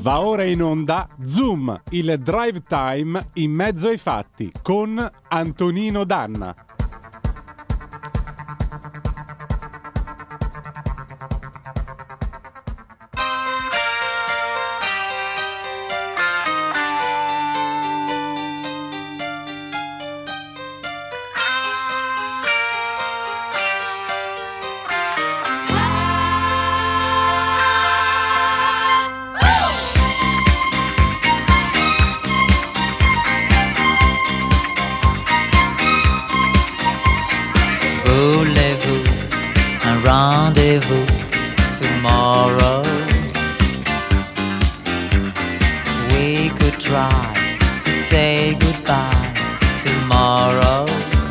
Va ora in onda Zoom, il drive time in mezzo ai fatti con Antonino Danna. Rendezvous tomorrow. We could try to say goodbye tomorrow.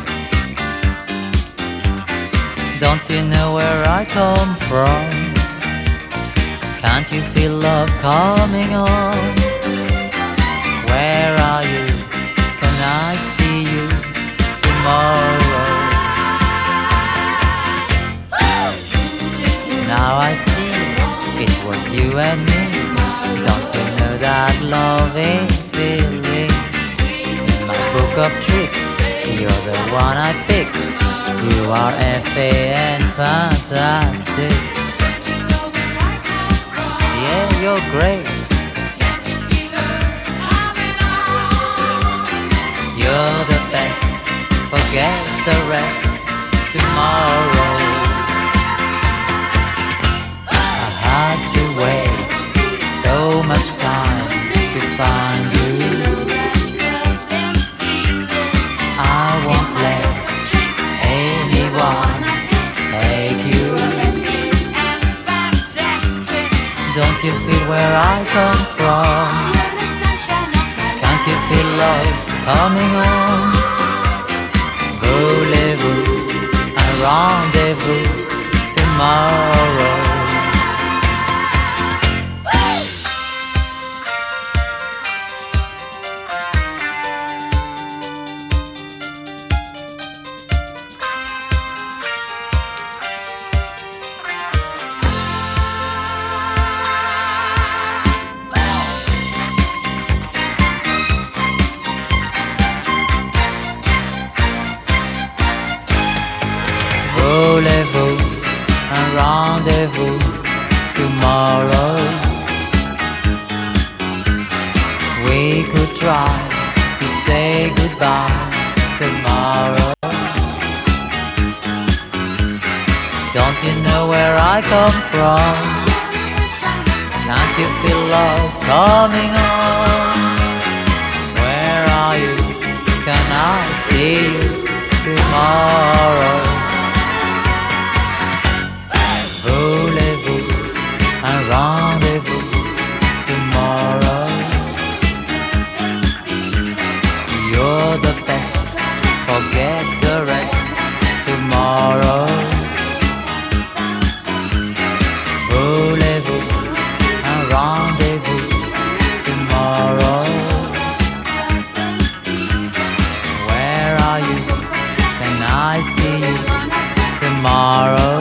Don't you know where I come from? Can't you feel love coming on? Where are you? Can I see you tomorrow? Now I see it was you and me. Don't you know that loving feeling? In my book of tricks, you're the one I picked. You are FA and fantastic. Yeah, you're great. You're the best. Forget the rest tomorrow. Had to wait so much time to find you. I won't let anyone take you. Don't you feel where I come from? Can't you feel love coming on? Voulez-vous un rendezvous tomorrow? Voulez-vous un rendezvous tomorrow? We could try to say goodbye tomorrow. Don't you know where I come from? Can't you feel love coming on? Where are you? Can I see you tomorrow? Voulez-vous un rendezvous tomorrow? You're the best, forget the rest tomorrow. Voulez-vous un rendezvous tomorrow? Where are you? Can I see you tomorrow?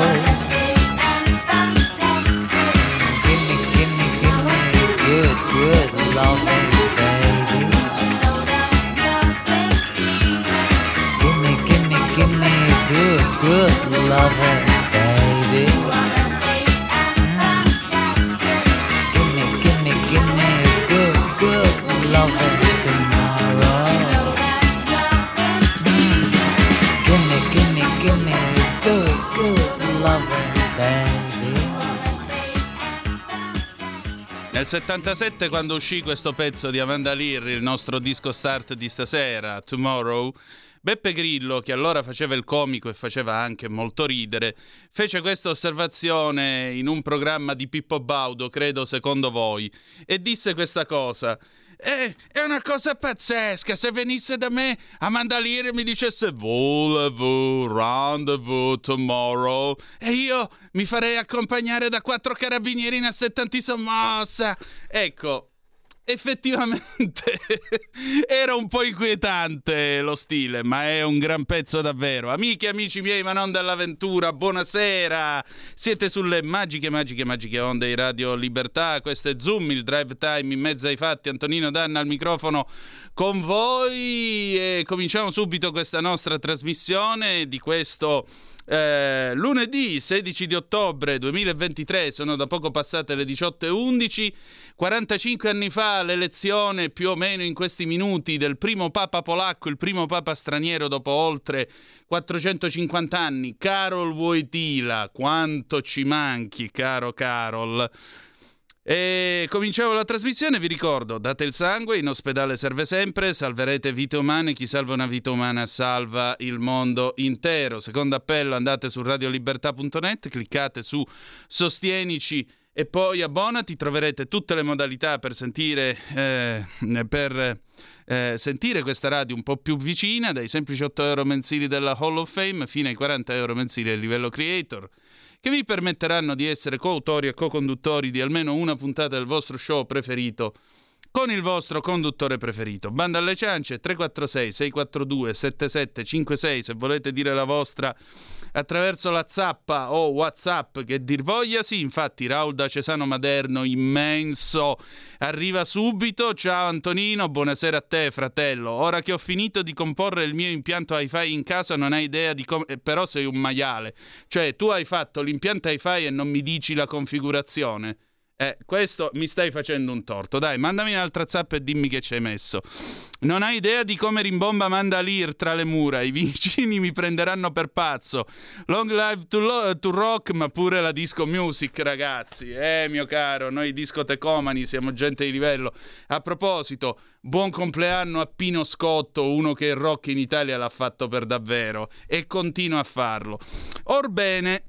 Good loving, baby. Give me good loving, baby. Give me good loving tomorrow. Give me good loving, baby. Nel 77, quando uscì questo pezzo di Amanda Lear, il nostro disco start di stasera, Tomorrow, Beppe Grillo, che allora faceva il comico e faceva anche molto ridere, fece questa osservazione in un programma di Pippo Baudo, credo Secondo Voi, e disse questa cosa: è una cosa pazzesca, se venisse da me Amanda Lear e mi dicesse voulez-vous rendezvous tomorrow, e io mi farei accompagnare da 4 carabinieri in assettanti sommossa. Ecco, Effettivamente era un po' inquietante lo stile, ma è un gran pezzo davvero. Amiche e amici miei, ma non dell'avventura, buonasera. Siete sulle magiche onde di Radio Libertà. Questo è Zoom, il drive time in mezzo ai fatti. Antonino Danna al microfono con voi e cominciamo subito questa nostra trasmissione di questo lunedì 16 di ottobre 2023. Sono da poco passate le 18:11. 45 anni fa l'elezione, più o meno in questi minuti, del primo papa polacco, il primo papa straniero dopo oltre 450 anni, Karol Wojtyła. Quanto ci manchi, caro Karol. E cominciamo la trasmissione, vi ricordo, date il sangue, in ospedale serve sempre, salverete vite umane, chi salva una vita umana salva il mondo intero. Secondo appello, andate su radiolibertà.net, cliccate su Sostienici e poi abbonati, troverete tutte le modalità per sentire questa radio un po' più vicina, dai semplici 8 euro mensili della Hall of Fame fino ai 40 euro mensili a livello creator, che vi permetteranno di essere coautori e co-conduttori di almeno una puntata del vostro show preferito con il vostro conduttore preferito. Banda alle ciance, 346-642-7756 se volete dire la vostra attraverso la zappa o WhatsApp, che dir voglia. Sì, infatti Raul da Cesano Maderno, immenso, arriva subito. Ciao Antonino, buonasera a te fratello. Ora che ho finito di comporre il mio impianto hi-fi in casa non hai idea di come... però sei un maiale. Cioè tu hai fatto l'impianto hi-fi e non mi dici la configurazione. Questo mi stai facendo un torto. Dai, mandami un'altra zappa e dimmi che ci hai messo. Non hai idea di come rimbomba Mandalier tra le mura. I vicini mi prenderanno per pazzo. Long live to rock, ma pure la disco music, ragazzi. Mio caro, noi discotecomani siamo gente di livello. A proposito, buon compleanno a Pino Scotto, uno che il rock in Italia l'ha fatto per davvero e continua a farlo. Orbene...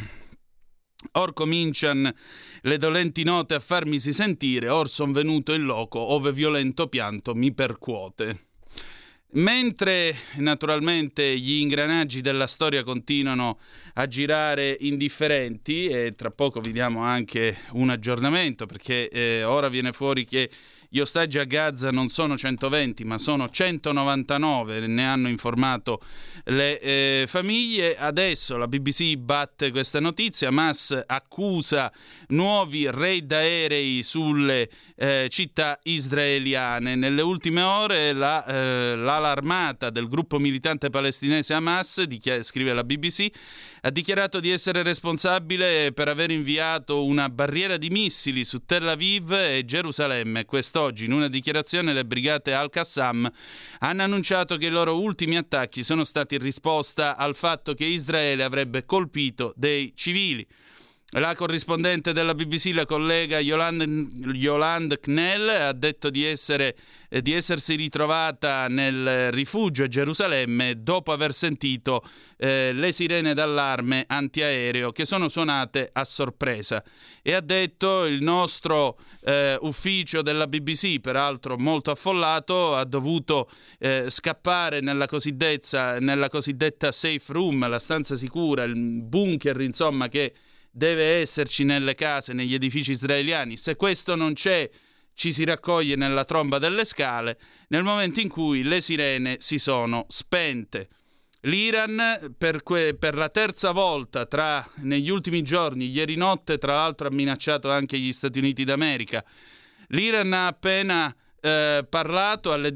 Or comincian le dolenti note a farmisi sentire, or son venuto in loco, ove violento pianto mi percuote. Mentre naturalmente gli ingranaggi della storia continuano a girare indifferenti, e tra poco vi diamo anche un aggiornamento, perché ora viene fuori che gli ostaggi a Gaza non sono 120 ma sono 199, ne hanno informato le famiglie. Adesso la BBC batte questa notizia. Hamas accusa nuovi raid aerei sulle città israeliane. Nelle ultime ore l'ala armata del gruppo militante palestinese Hamas, scrive la BBC, ha dichiarato di essere responsabile per aver inviato una barriera di missili su Tel Aviv e Gerusalemme. Quest'oggi, in una dichiarazione, le brigate Al-Qassam hanno annunciato che i loro ultimi attacchi sono stati in risposta al fatto che Israele avrebbe colpito dei civili. La corrispondente della BBC, la collega Yolande Knell, ha detto di essersi ritrovata nel rifugio a Gerusalemme dopo aver sentito le sirene d'allarme antiaereo che sono suonate a sorpresa. E ha detto: il nostro ufficio della BBC, peraltro molto affollato, ha dovuto scappare nella cosiddetta safe room, la stanza sicura, il bunker, insomma, che deve esserci nelle case, negli edifici israeliani. Se questo non c'è, ci si raccoglie nella tromba delle scale, nel momento in cui le sirene si sono spente. L'Iran per la terza volta negli ultimi giorni, ieri notte tra l'altro ha minacciato anche gli Stati Uniti d'America. L'Iran ha appena parlato alle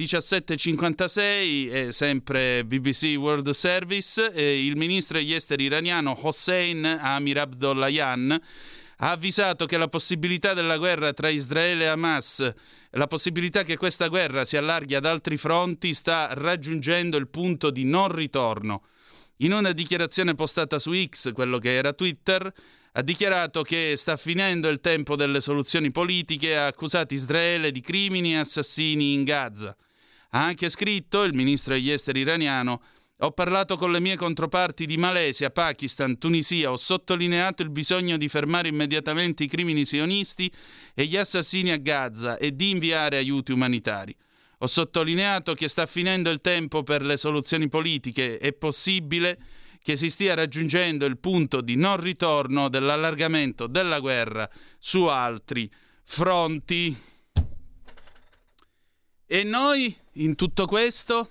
17:56, sempre BBC World Service, il ministro degli esteri iraniano Hossein Amir Abdollahian ha avvisato che la possibilità della guerra tra Israele e Hamas, la possibilità che questa guerra si allarghi ad altri fronti, sta raggiungendo il punto di non ritorno. In una dichiarazione postata su X, quello che era Twitter, ha dichiarato che sta finendo il tempo delle soluzioni politiche e ha accusato Israele di crimini e assassini in Gaza. Ha anche scritto, il ministro degli esteri iraniano: ho parlato con le mie controparti di Malesia, Pakistan, Tunisia, ho sottolineato il bisogno di fermare immediatamente i crimini sionisti e gli assassini a Gaza e di inviare aiuti umanitari. Ho sottolineato che sta finendo il tempo per le soluzioni politiche, è possibile che si stia raggiungendo il punto di non ritorno dell'allargamento della guerra su altri fronti. E noi in tutto questo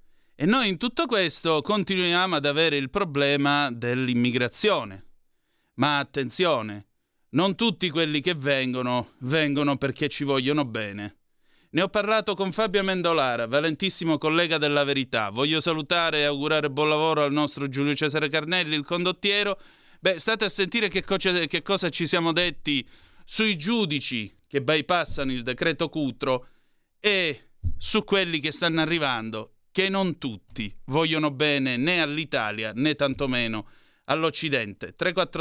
continuiamo ad avere il problema dell'immigrazione. Ma attenzione, non tutti quelli che vengono perché ci vogliono bene. Ne ho parlato con Fabio Amendolara, valentissimo collega della Verità. Voglio salutare e augurare buon lavoro al nostro Giulio Cesare Carnelli, il condottiero. State a sentire che cosa ci siamo detti sui giudici che bypassano il decreto Cutro e su quelli che stanno arrivando, che non tutti vogliono bene né all'Italia né tantomeno all'Occidente.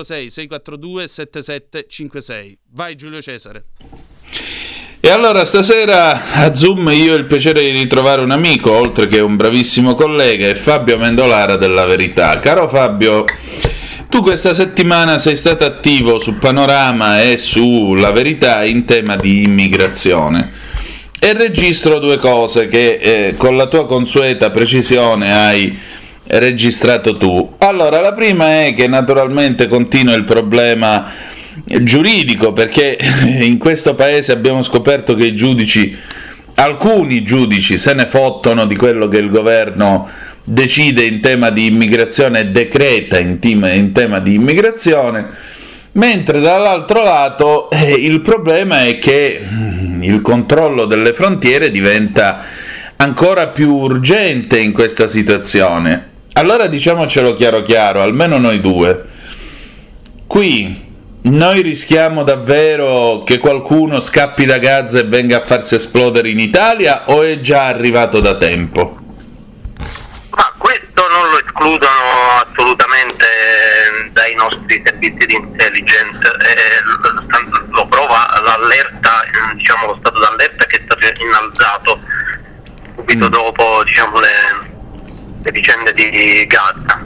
346-642-7756. Vai Giulio Cesare. E allora stasera a Zoom io ho il piacere di ritrovare un amico, oltre che un bravissimo collega, è Fabio Amendolara della Verità. Caro Fabio, tu questa settimana sei stato attivo su Panorama e sulla Verità in tema di immigrazione e registro due cose che con la tua consueta precisione hai registrato tu. Allora, la prima è che naturalmente continua il problema giuridico, perché in questo paese abbiamo scoperto che alcuni giudici se ne fottono di quello che il governo decide in tema di immigrazione e decreta in tema di immigrazione, mentre dall'altro lato il problema è che il controllo delle frontiere diventa ancora più urgente in questa situazione. Allora diciamocelo chiaro, almeno noi due, qui noi rischiamo davvero che qualcuno scappi da Gaza e venga a farsi esplodere in Italia, o è già arrivato da tempo? Ma questo non lo escludono assolutamente dai nostri servizi di intelligence, lo prova l'allerta, diciamo lo stato d'allerta che è stato innalzato subito dopo, diciamo, le vicende di Gaza.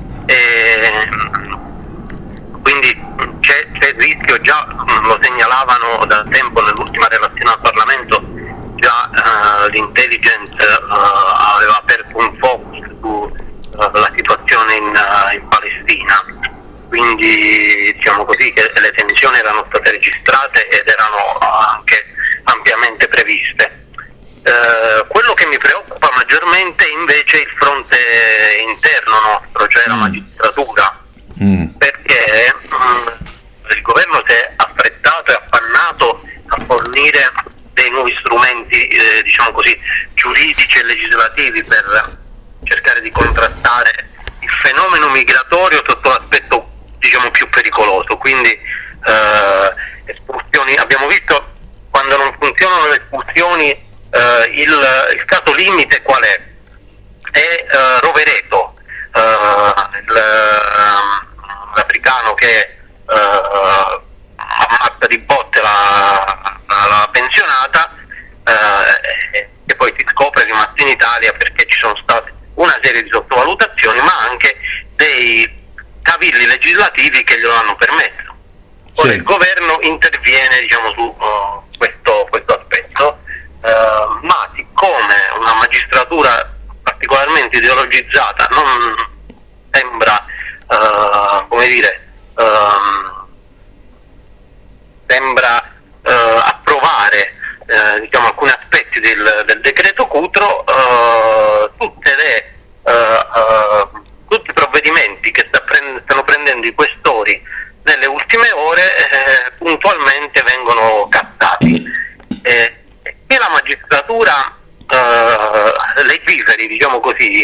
Quindi c'è il rischio, già lo segnalavano da tempo nell'ultima relazione al Parlamento, già l'intelligence aveva aperto un focus sulla situazione in Palestina, quindi diciamo così che le tensioni erano state registrate ed erano anche ampiamente previste. Quello che mi preoccupa maggiormente invece è il fronte interno nostro, cioè la magistratura, perché il governo si è affrettato e affannato a fornire dei nuovi strumenti, diciamo così, giuridici e legislativi per cercare di contrastare il fenomeno migratorio sotto l'aspetto, diciamo, più pericoloso. Quindi espulsioni, abbiamo visto quando non funzionano le espulsioni, il caso limite qual è? È Rovereto, l'africano che ammazza di botte la pensionata, e poi si scopre che è rimasto in Italia perché ci sono state una serie di sottovalutazioni, ma anche dei cavilli legislativi che glielo hanno permesso. Ora il governo interviene, diciamo, su questo aspetto, ma siccome una magistratura particolarmente ideologizzata non sembra, approvare diciamo alcuni aspetti del decreto Cutro, tutti i provvedimenti che stanno prendendo i questori nelle ultime ore puntualmente vengono cassati, e la magistratura legiferi, diciamo così,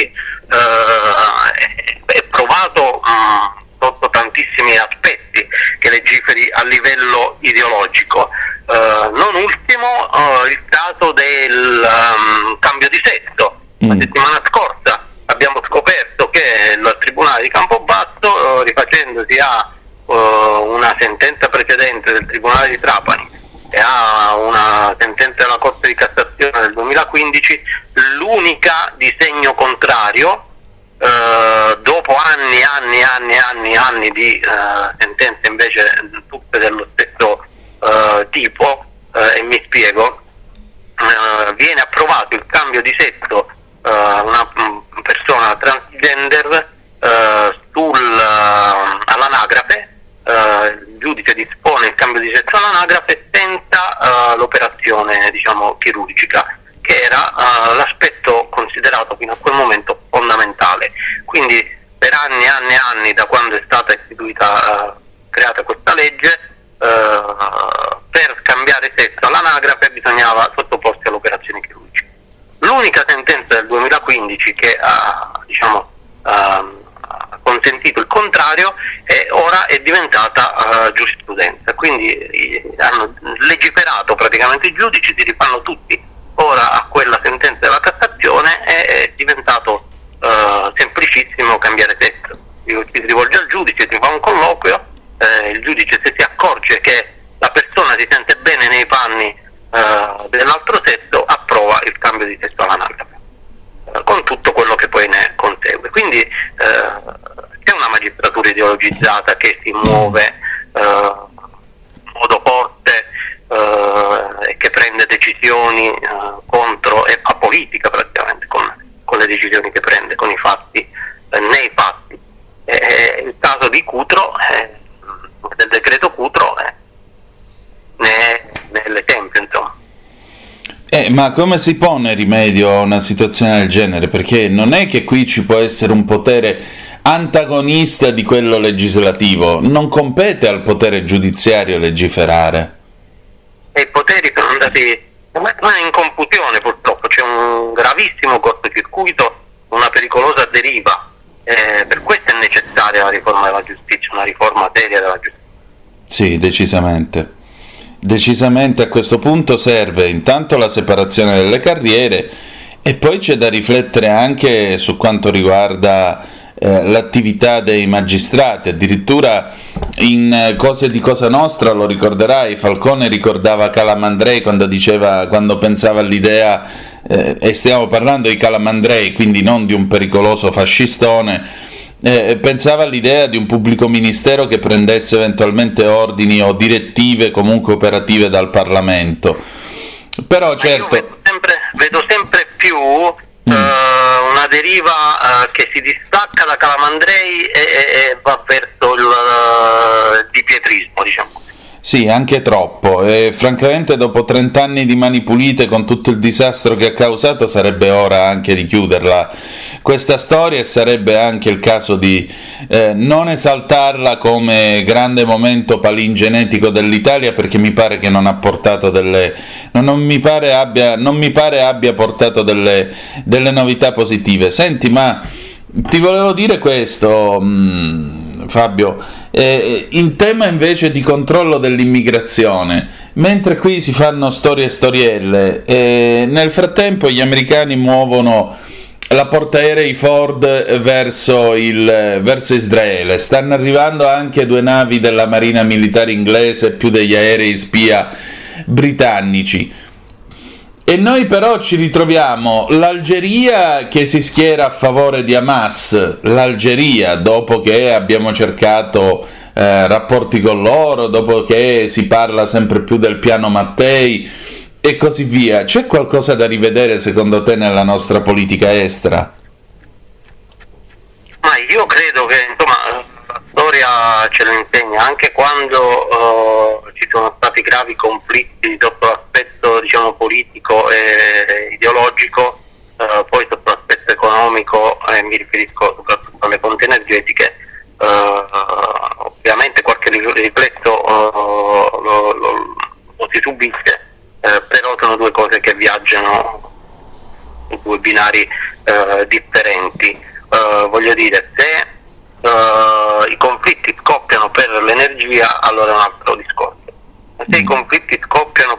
è provato sotto tantissimi aspetti che legiferi a livello ideologico, non ultimo il caso del cambio di sesso. La settimana scorsa abbiamo scoperto che il Tribunale di Campobasso, rifacendosi a una sentenza precedente del Tribunale di Trapani e a una sentenza della Corte di Cassazione del 2015, l'unica di segno contrario, dopo anni di sentenze invece tutte dello stesso tipo, e mi spiego, viene approvato il cambio di sesso, una persona transgender all'anagrafe, il giudice dispone il cambio di sesso all'anagrafe senza l'operazione, diciamo, chirurgica, che era l'unica sentenza del 2015 che ha consentito il contrario, e ora è diventata giurisprudenza, quindi hanno legiferato praticamente i giudici, si rifanno tutti ora a quella sentenza della Cassazione, è diventato semplicissimo cambiare testo. Ci si rivolge al giudice, si fa un colloquio, il giudice, se si accorge che la persona si sente bene nei panni dell'altro sesso, approva il cambio di sesso all'anagrafe, con tutto quello che poi ne consegue. Quindi c'è una magistratura ideologizzata che si muove in modo forte e che prende decisioni contro, e fa politica praticamente con le decisioni che prende, con i fatti, nei fatti. Il caso di Cutro, del decreto Cutro, ne è l'esempio, insomma. Ma come si pone rimedio a una situazione del genere? Perché non è che qui ci può essere un potere antagonista di quello legislativo, non compete al potere giudiziario legiferare. E i poteri sono andati in confusione, purtroppo c'è un gravissimo cortocircuito, una pericolosa deriva, per questo è necessaria la riforma della giustizia, una riforma seria della giustizia. Sì, decisamente. Decisamente a questo punto serve intanto la separazione delle carriere, e poi c'è da riflettere anche su quanto riguarda l'attività dei magistrati. Addirittura in Cose di Cosa Nostra, lo ricorderai, Falcone ricordava Calamandrei quando pensava all'idea, e stiamo parlando di Calamandrei, quindi non di un pericoloso fascistone, pensava all'idea di un pubblico ministero che prendesse eventualmente ordini o direttive comunque operative dal Parlamento. Però certo, io vedo sempre più una deriva che si distacca da Calamandrei e va verso il dipietrismo, diciamo. sì, anche troppo, e francamente dopo 30 anni di Mani Pulite, con tutto il disastro che ha causato, sarebbe ora anche di chiuderla questa storia, e sarebbe anche il caso di non esaltarla come grande momento palingenetico dell'Italia, perché mi pare che non ha portato non mi pare abbia portato delle novità positive. Senti, ma ti volevo dire questo, Fabio, in tema invece di controllo dell'immigrazione, mentre qui si fanno storie e storielle, nel frattempo gli americani muovono la portaerei Ford verso Israele. Stanno arrivando anche 2 navi della Marina Militare inglese, più degli aerei spia britannici. E noi però ci ritroviamo l'Algeria che si schiera a favore di Hamas, l'Algeria, dopo che abbiamo cercato rapporti con loro, dopo che si parla sempre più del piano Mattei e così via. C'è qualcosa da rivedere secondo te nella nostra politica estera? Ma io credo che, insomma, la storia ce lo insegna, anche quando ci sono stati gravi conflitti sotto l'aspetto, diciamo, politico e ideologico, poi sotto l'aspetto economico, mi riferisco soprattutto alle fonti energetiche, ovviamente qualche riflesso lo si subisce, però sono 2 cose che viaggiano su 2 binari differenti. Voglio dire, se i conflitti scoppiano per l'energia, allora è un altro discorso. Se i conflitti scoppiano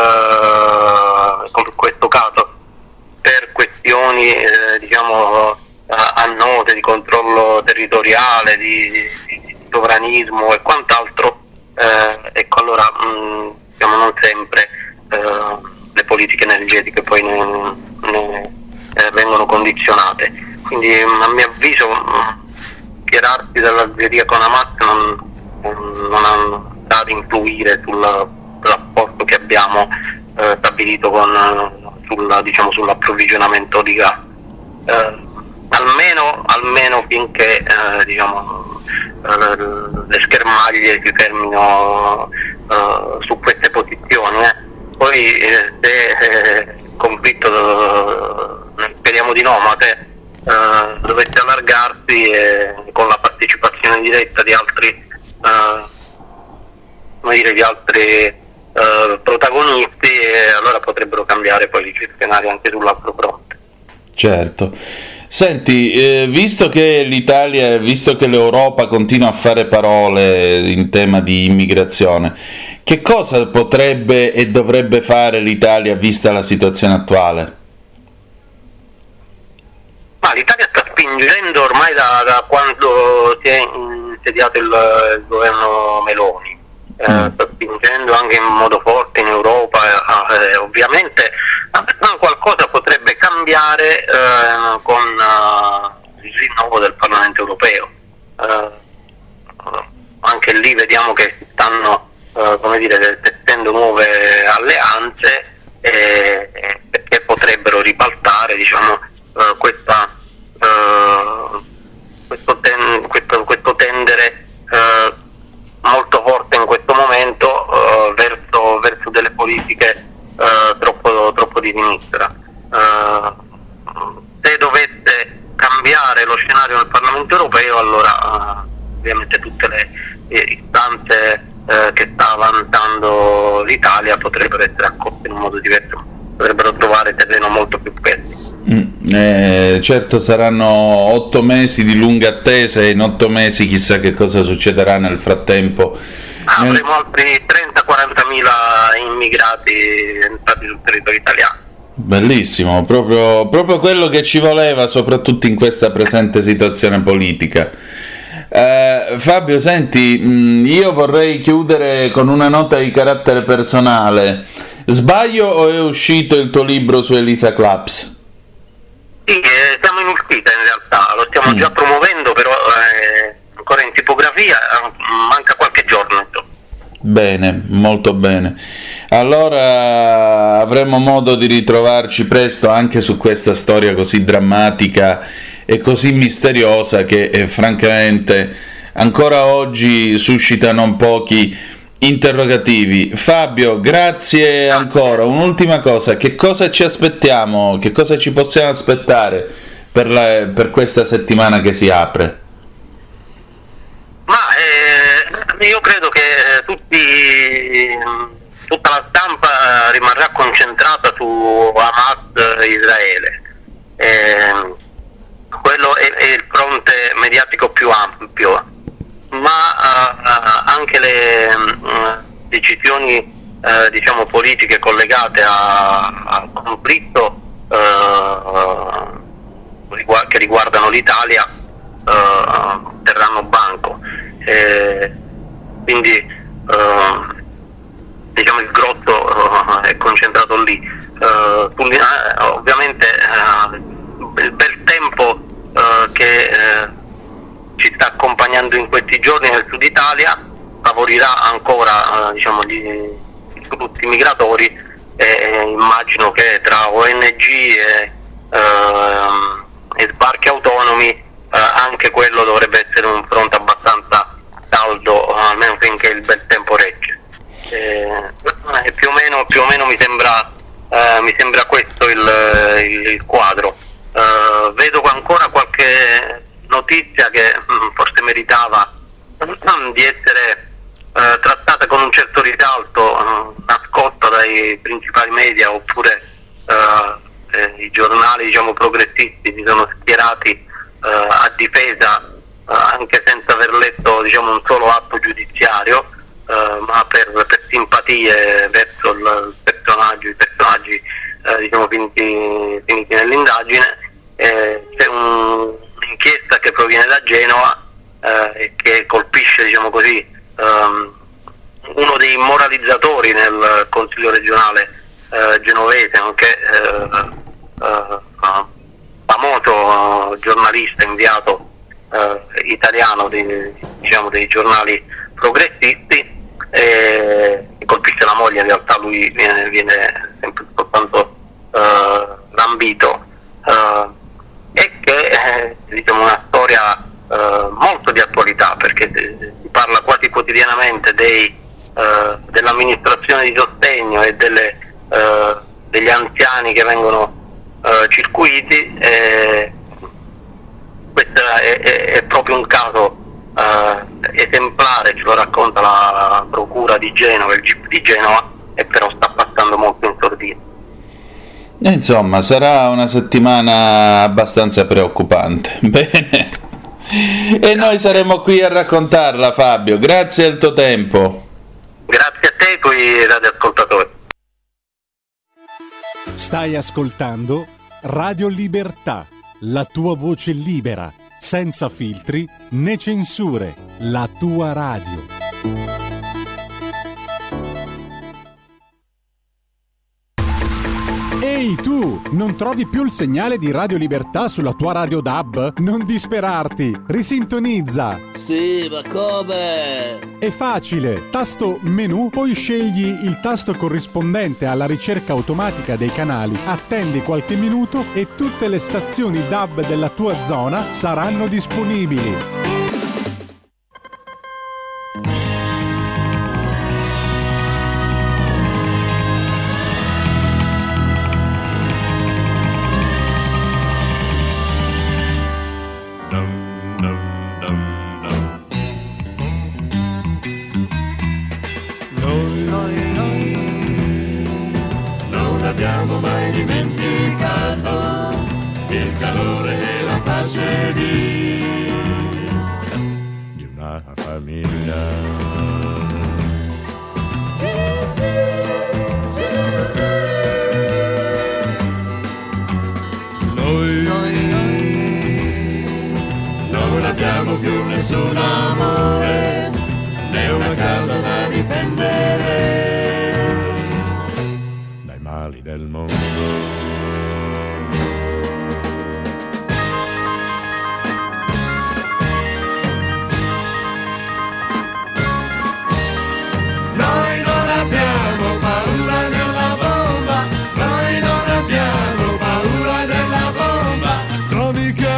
in questo caso per questioni diciamo annose di controllo territoriale, di sovranismo e quant'altro, ecco, allora diciamo non sempre le politiche energetiche poi ne vengono condizionate. Quindi a mio avviso schierarsi dall'Algeria con Hamas non ha da influire sul rapporto che abbiamo stabilito sull'approvvigionamento di gas, almeno finché le schermaglie si fermino su queste posizioni. Poi se il conflitto, speriamo di no, ma se dovesse allargarsi con la partecipazione diretta di altri protagonisti, allora potrebbero cambiare poi gli scenari anche sull'altro fronte. Certo. Senti, visto che visto che l'Europa continua a fare parole in tema di immigrazione, che cosa potrebbe e dovrebbe fare l'Italia vista la situazione attuale? Ma l'Italia sta spingendo ormai da quando si è insediato il governo Meloni. Sta spingendo anche in modo forte in Europa, ovviamente qualcosa potrebbe cambiare con il rinnovo del Parlamento europeo. Anche lì vediamo che si stanno tessendo nuove alleanze perché potrebbero ribaltare questo tendere molto forte in questo momento verso delle politiche troppo di sinistra. Se dovesse cambiare lo scenario del Parlamento europeo, allora ovviamente tutte le istanze che sta avanzando l'Italia potrebbero essere accolte in un modo diverso, potrebbero trovare terreno molto più fermo. Certo, saranno 8 mesi di lunga attesa e in 8 mesi chissà che cosa succederà nel frattempo. Avremo altri 30-40 mila immigrati entrati sul territorio italiano. Bellissimo, proprio quello che ci voleva, soprattutto in questa presente situazione politica. Fabio, senti, io vorrei chiudere con una nota di carattere personale. Sbaglio o è uscito il tuo libro su Elisa Claps? Sì, siamo in uscita in realtà, lo stiamo già promuovendo, però ancora in tipografia, manca qualche giorno. Bene, molto bene. Allora avremo modo di ritrovarci presto anche su questa storia così drammatica e così misteriosa che francamente ancora oggi suscita non pochi interrogativi. Fabio, grazie ancora. Un'ultima cosa, che cosa ci aspettiamo, che cosa ci possiamo aspettare per questa settimana che si apre? Ma io credo che tutta la stampa rimarrà concentrata su Hamas e Israele. Quello è il fronte mediatico più ampio, ma anche le decisioni politiche collegate al conflitto che riguardano l'Italia terranno banco. Quindi il grosso è concentrato lì. Ovviamente il bel tempo che ci sta accompagnando in questi giorni nel sud Italia favorirà ancora gli flussi migratori, e immagino che tra ONG e sbarchi autonomi anche quello dovrebbe essere un fronte abbastanza caldo, almeno finché il bel tempo regge. Più o meno mi sembra questo il quadro. Vedo ancora qualche notizia che forse meritava di essere trattata con un certo risalto, nascosta dai principali media, oppure i giornali progressisti si sono schierati a difesa, anche senza aver letto un solo atto giudiziario, ma per simpatie verso i personaggi finiti nell'indagine. C'è un'inchiesta che proviene da Genova e che colpisce uno dei moralizzatori nel Consiglio regionale genovese, nonché famoso giornalista inviato italiano dei giornali progressisti, e colpisce la moglie. In realtà lui viene sempre soltanto lambito, e che è una storia molto di attualità, perché si parla quasi quotidianamente dell'amministrazione di sostegno e degli anziani che vengono circuiti. Questo è proprio un caso esemplare, ce lo racconta la procura di Genova, il GIP di Genova, e però sta passando molto in sordina. Insomma, sarà una settimana abbastanza preoccupante. Bene. E noi saremo qui a raccontarla, Fabio. Grazie al tuo tempo. Grazie a te e coi radioascoltatori. Stai ascoltando Radio Libertà, la tua voce libera, senza filtri né censure, la tua radio. Ehi tu, non trovi più il segnale di Radio Libertà sulla tua radio DAB? Non disperarti, risintonizza! Sì, ma come? È facile, tasto menu, poi scegli il tasto corrispondente alla ricerca automatica dei canali, attendi qualche minuto e tutte le stazioni DAB della tua zona saranno disponibili. Abbiamo mai dimenticato il calore e la pace di una famiglia. Noi non abbiamo più nessun amore, né una casa da difendere mali del mondo. Noi non abbiamo paura della bomba, noi non abbiamo paura della bomba atomica.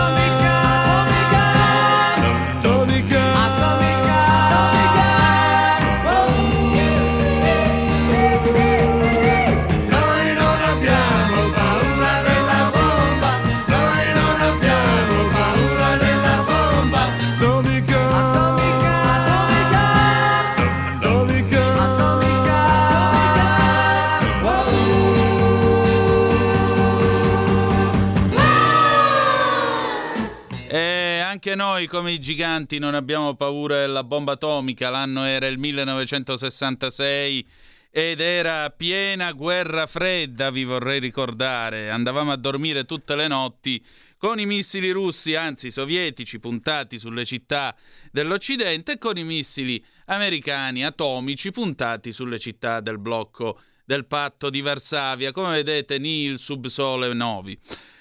Anche noi, come i giganti, non abbiamo paura della bomba atomica. L'anno era il 1966 ed era piena guerra fredda, vi vorrei ricordare. Andavamo a dormire tutte le notti con i missili russi, anzi sovietici, puntati sulle città dell'Occidente, e con i missili americani atomici puntati sulle città del blocco del patto di Varsavia. Come vedete, nihil subsole novi.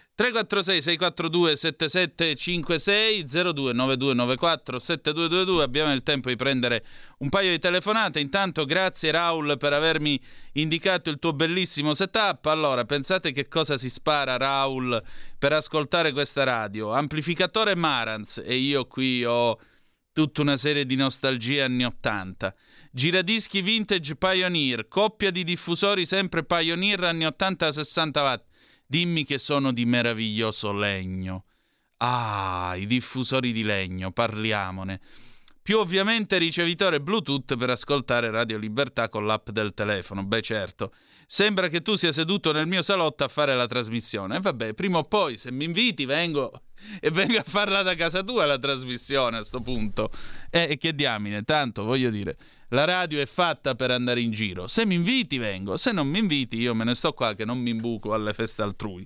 346-642-7756 029294-7222. Abbiamo il tempo di prendere un paio di telefonate. Intanto grazie Raul per avermi indicato il tuo bellissimo setup. Allora, pensate che cosa si spara Raul per ascoltare questa radio: amplificatore Marantz, e io qui ho tutta una serie di nostalgie anni 80, giradischi vintage Pioneer, coppia di diffusori sempre Pioneer anni 80 a 60 watt. Dimmi che sono di meraviglioso legno. Ah, i diffusori di legno, parliamone. Più ovviamente ricevitore Bluetooth per ascoltare Radio Libertà con l'app del telefono. Beh, certo. Sembra che tu sia seduto nel mio salotto a fare la trasmissione. Vabbè, prima o poi, se mi inviti, vengo a farla da casa tua la trasmissione a sto punto. E che diamine, tanto voglio dire, la radio è fatta per andare in giro. Se mi inviti vengo, se non mi inviti io me ne sto qua che non mi imbuco alle feste altrui.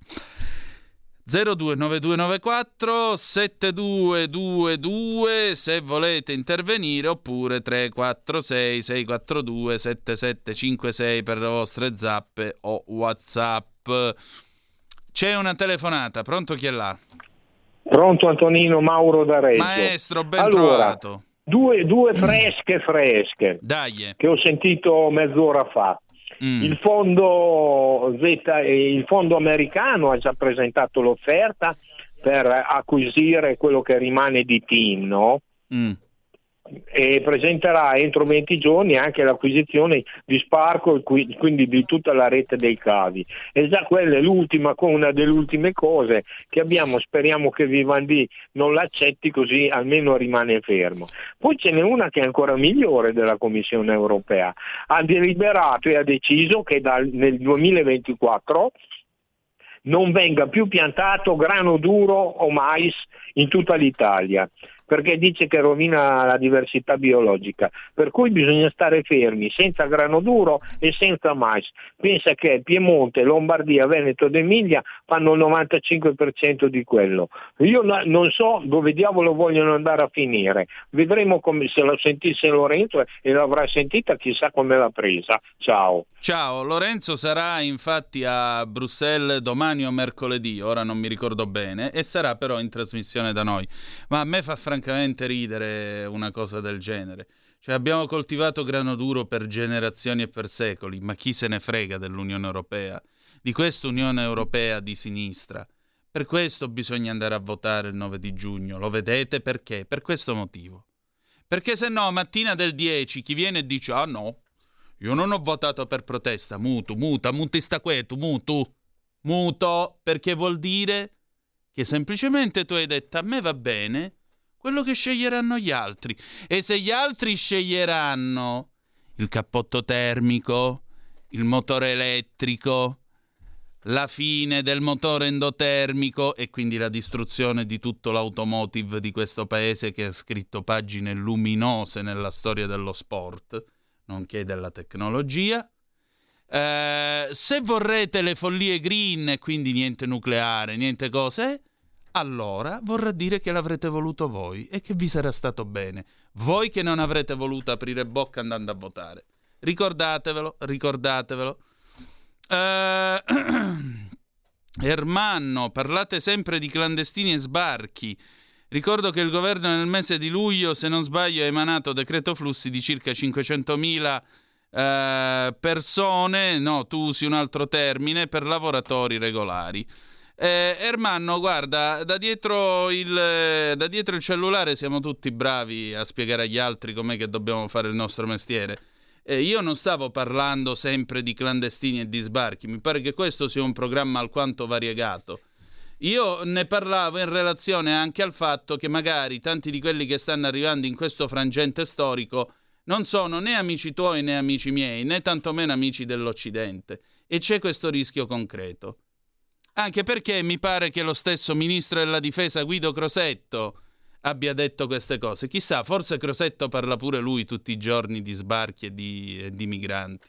029294 7222 se volete intervenire, oppure 346 642 7756 per le vostre zappe o WhatsApp. C'è una telefonata, pronto, chi è là? Pronto Antonino, Mauro da Reggio. Maestro, ben trovato. Due fresche Dai. che ho sentito mezz'ora fa. Il fondo americano ha già presentato l'offerta per acquisire quello che rimane di TIM, no? E presenterà entro 20 giorni anche l'acquisizione di Sparkle, quindi di tutta la rete dei cavi. E già quella è una delle ultime cose che abbiamo. Speriamo che Vivendi non l'accetti, così almeno rimane fermo. Poi ce n'è una che è ancora migliore della Commissione europea. Ha deliberato e ha deciso che nel 2024 non venga più piantato grano duro o mais in tutta l'Italia, perché dice che rovina la diversità biologica, per cui bisogna stare fermi, senza grano duro e senza mais. Pensa che Piemonte, Lombardia, Veneto ed Emilia fanno il 95% di quello. Io non so dove diavolo vogliono andare a finire, vedremo come, se lo sentisse Lorenzo e l'avrà sentita, chissà come l'ha presa. Ciao. Ciao, Lorenzo sarà infatti a Bruxelles domani o mercoledì, ora non mi ricordo bene, e sarà però in trasmissione da noi. Ma a me fa francamente ridere una cosa del genere. Cioè, abbiamo coltivato grano duro per generazioni e per secoli, ma chi se ne frega dell'Unione Europea, di questa Unione Europea di sinistra? Per questo bisogna andare a votare il 9 di giugno, lo vedete perché? Per questo motivo. Perché se no, mattina del 10, chi viene e dice, ah no, io non ho votato per protesta, muto, sta quieto, muto, perché vuol dire che semplicemente tu hai detto a me va bene quello che sceglieranno gli altri. E se gli altri sceglieranno il cappotto termico, il motore elettrico, la fine del motore endotermico e quindi la distruzione di tutto l'automotive di questo paese che ha scritto pagine luminose nella storia dello sport, nonché della tecnologia. Se vorrete le follie green, quindi niente nucleare, niente cose, allora vorrà dire che l'avrete voluto voi e che vi sarà stato bene. Voi che non avrete voluto aprire bocca andando a votare. Ricordatevelo. Ermanno, parlate sempre di clandestini e sbarchi. Ricordo che il governo nel mese di luglio, se non sbaglio, ha emanato decreto flussi di circa 500.000 persone, no, tu usi un altro termine, per lavoratori regolari. Ermanno, guarda, da dietro il cellulare siamo tutti bravi a spiegare agli altri com'è che dobbiamo fare il nostro mestiere. Io non stavo parlando sempre di clandestini e di sbarchi, mi pare che questo sia un programma alquanto variegato. Io ne parlavo in relazione anche al fatto che magari tanti di quelli che stanno arrivando in questo frangente storico non sono né amici tuoi né amici miei, né tantomeno amici dell'Occidente. E c'è questo rischio concreto. Anche perché mi pare che lo stesso ministro della difesa Guido Crosetto abbia detto queste cose. Chissà, forse Crosetto parla pure lui tutti i giorni di sbarchi e di migranti.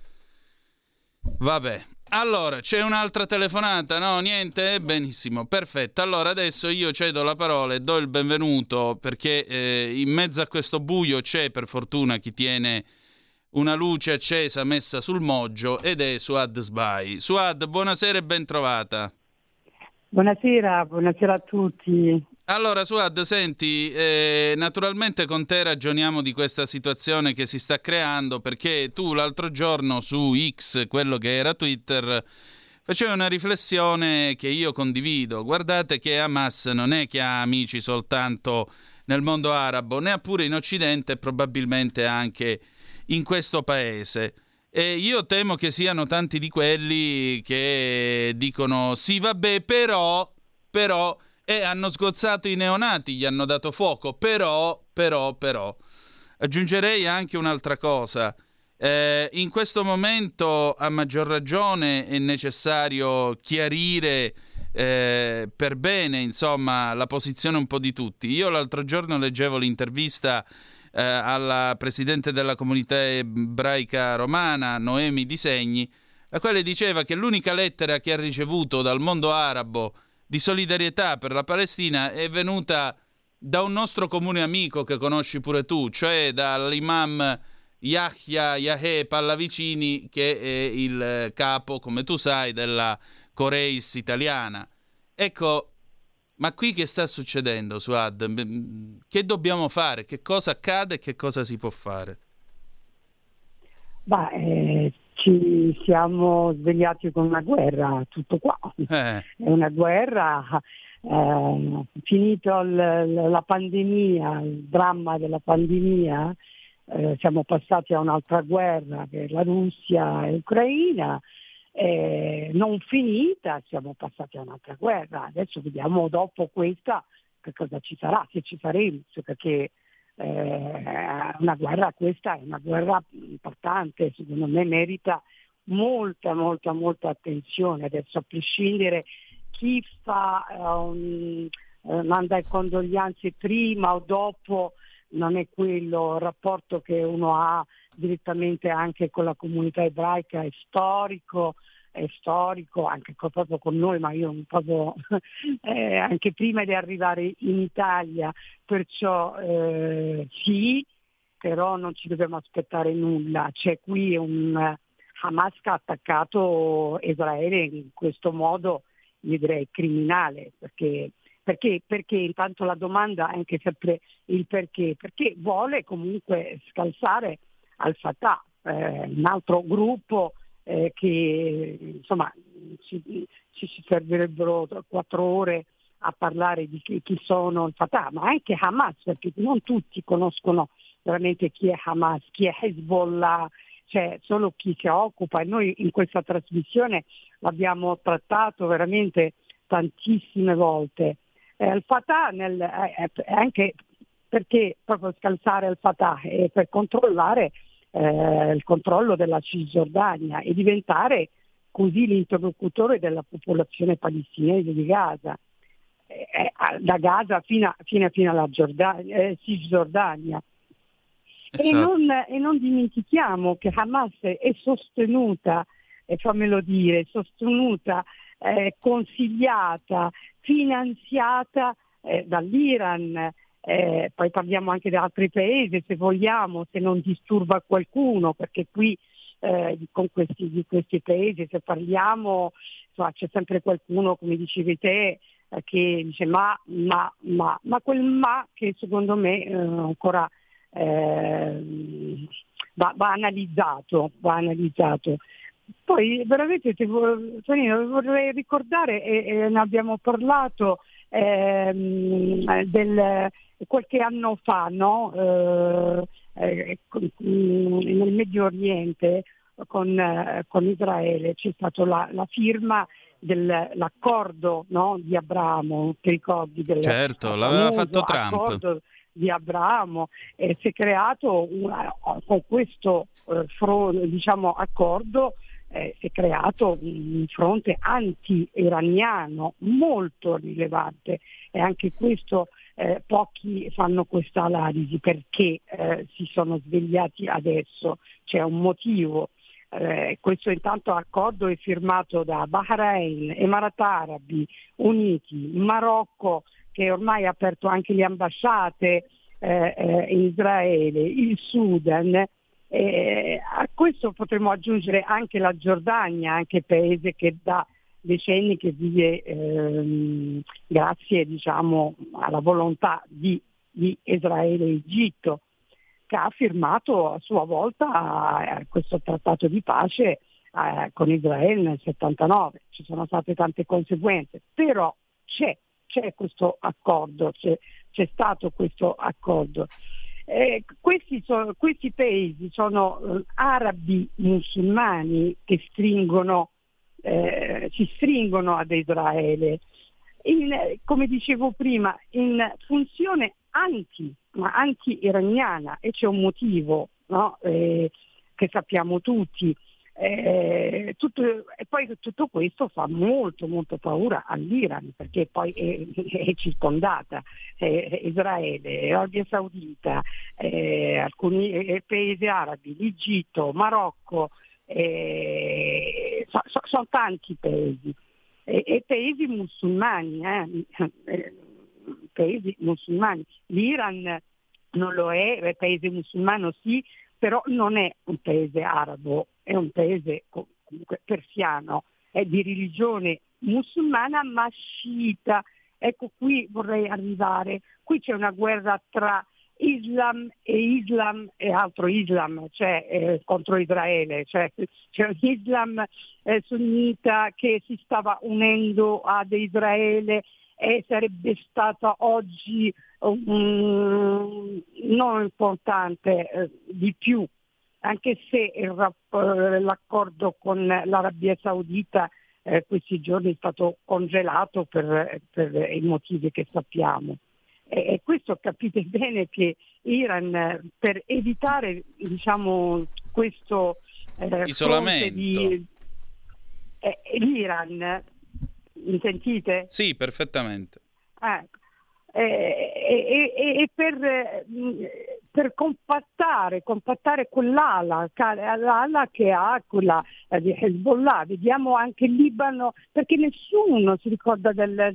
Vabbè. Allora, c'è un'altra telefonata? No, niente? Benissimo, perfetto. Allora adesso io cedo la parola e do il benvenuto perché in mezzo a questo buio c'è per fortuna chi tiene una luce accesa messa sul moggio ed è Suad Sbai. Suad, buonasera e ben trovata. Buonasera a tutti. Allora Suad, senti, naturalmente con te ragioniamo di questa situazione che si sta creando perché tu l'altro giorno su X, quello che era Twitter, facevi una riflessione che io condivido. Guardate che Hamas non è che ha amici soltanto nel mondo arabo, ne ha pure in Occidente e probabilmente anche in questo paese. E io temo che siano tanti di quelli che dicono sì vabbè però e hanno sgozzato i neonati, gli hanno dato fuoco, però. Aggiungerei anche un'altra cosa. In questo momento, a maggior ragione, è necessario chiarire per bene, insomma, la posizione un po' di tutti. Io l'altro giorno leggevo l'intervista alla presidente della comunità ebraica romana, Noemi Di Segni, la quale diceva che l'unica lettera che ha ricevuto dal mondo arabo di solidarietà per la Palestina è venuta da un nostro comune amico che conosci pure tu, cioè dall'imam Yahya Pallavicini, che è il capo, come tu sai, della Coreis italiana. Ecco, ma qui che sta succedendo, Suad? Che dobbiamo fare? Che cosa accade e che cosa si può fare? Ci siamo svegliati con una guerra, tutto qua. È una guerra, finito la pandemia, il dramma della pandemia, siamo passati a un'altra guerra che è la Russia e l'Ucraina, non finita, siamo passati a un'altra guerra. Adesso vediamo dopo questa che cosa ci sarà, se ci saremo, perché una guerra, questa è una guerra importante, secondo me merita molta attenzione adesso, a prescindere chi fa manda condoglianze prima o dopo, non è quello il rapporto che uno ha direttamente anche con la comunità ebraica, è storico anche proprio con noi, ma io proprio anche prima di arrivare in Italia, perciò sì, però non ci dobbiamo aspettare nulla. C'è qui un Hamas che ha attaccato Israele in questo modo, io direi criminale, perché intanto la domanda è anche sempre il perché vuole comunque scalzare al Fatah, un altro gruppo che insomma ci servirebbero 4 ore a parlare di chi sono il Fatah, ma anche Hamas, perché non tutti conoscono veramente chi è Hamas, chi è Hezbollah, cioè solo chi si occupa, e noi in questa trasmissione l'abbiamo trattato veramente tantissime volte. Il Fatah anche perché proprio scalzare al Fatah e per controllare il controllo della Cisgiordania e diventare così l'interlocutore della popolazione palestinese di Gaza, da Gaza fino alla Cisgiordania. Esatto. E non dimentichiamo che Hamas è sostenuta, fammelo dire, consigliata, finanziata dall'Iran. Poi parliamo anche di altri paesi, se vogliamo, se non disturba qualcuno, perché qui di questi paesi, se parliamo, insomma, c'è sempre qualcuno, come dicevi te, che dice ma quel ma che secondo me ancora va analizzato. Poi veramente Tonino, vorrei ricordare, e ne abbiamo parlato qualche anno fa, no? Nel Medio Oriente con Israele c'è stata la firma dell'accordo, no? Di Abramo, ti ricordi? Certo, l'aveva fatto Trump. Accordo di Abramo, si è creato con questo accordo, si è creato un fronte anti-iraniano molto rilevante, e anche questo pochi fanno questa analisi perché si sono svegliati adesso, c'è un motivo. Questo intanto accordo è firmato da Bahrain, Emirati Arabi Uniti, Marocco, che ormai ha aperto anche le ambasciate in Israele, il Sudan. A questo potremmo aggiungere anche la Giordania, anche paese che da decenni che vive grazie alla volontà di Israele e Egitto, che ha firmato a sua volta questo trattato di pace con Israele nel 79. Ci sono state tante conseguenze, però c'è questo accordo, c'è stato questo accordo. Questi paesi sono arabi musulmani che si stringono ad Israele, come dicevo prima, in funzione anti-iraniana, e c'è un motivo, no? Che sappiamo tutti. E poi tutto questo fa molto paura all'Iran, perché poi è circondata Israele, Arabia Saudita, alcuni paesi arabi, l'Egitto, Marocco, sono tanti paesi e paesi musulmani, paesi musulmani. L'Iran non lo è paese musulmano sì, però non è un paese arabo, è un paese comunque persiano, è di religione musulmana ma sciita. Ecco, qui vorrei arrivare. Qui c'è una guerra tra Islam e altro Islam, cioè contro Israele, cioè c'è un Islam sunnita che si stava unendo ad Israele e sarebbe stata oggi non importante di più, anche se l'accordo con l'Arabia Saudita questi giorni è stato congelato per i motivi che sappiamo. E questo capite bene che Iran, per evitare questo isolamento. L'Iran, mi sentite? Sì, perfettamente. E per compattare quell'ala che ha quella di Hezbollah. Vediamo anche il Libano, perché nessuno si ricorda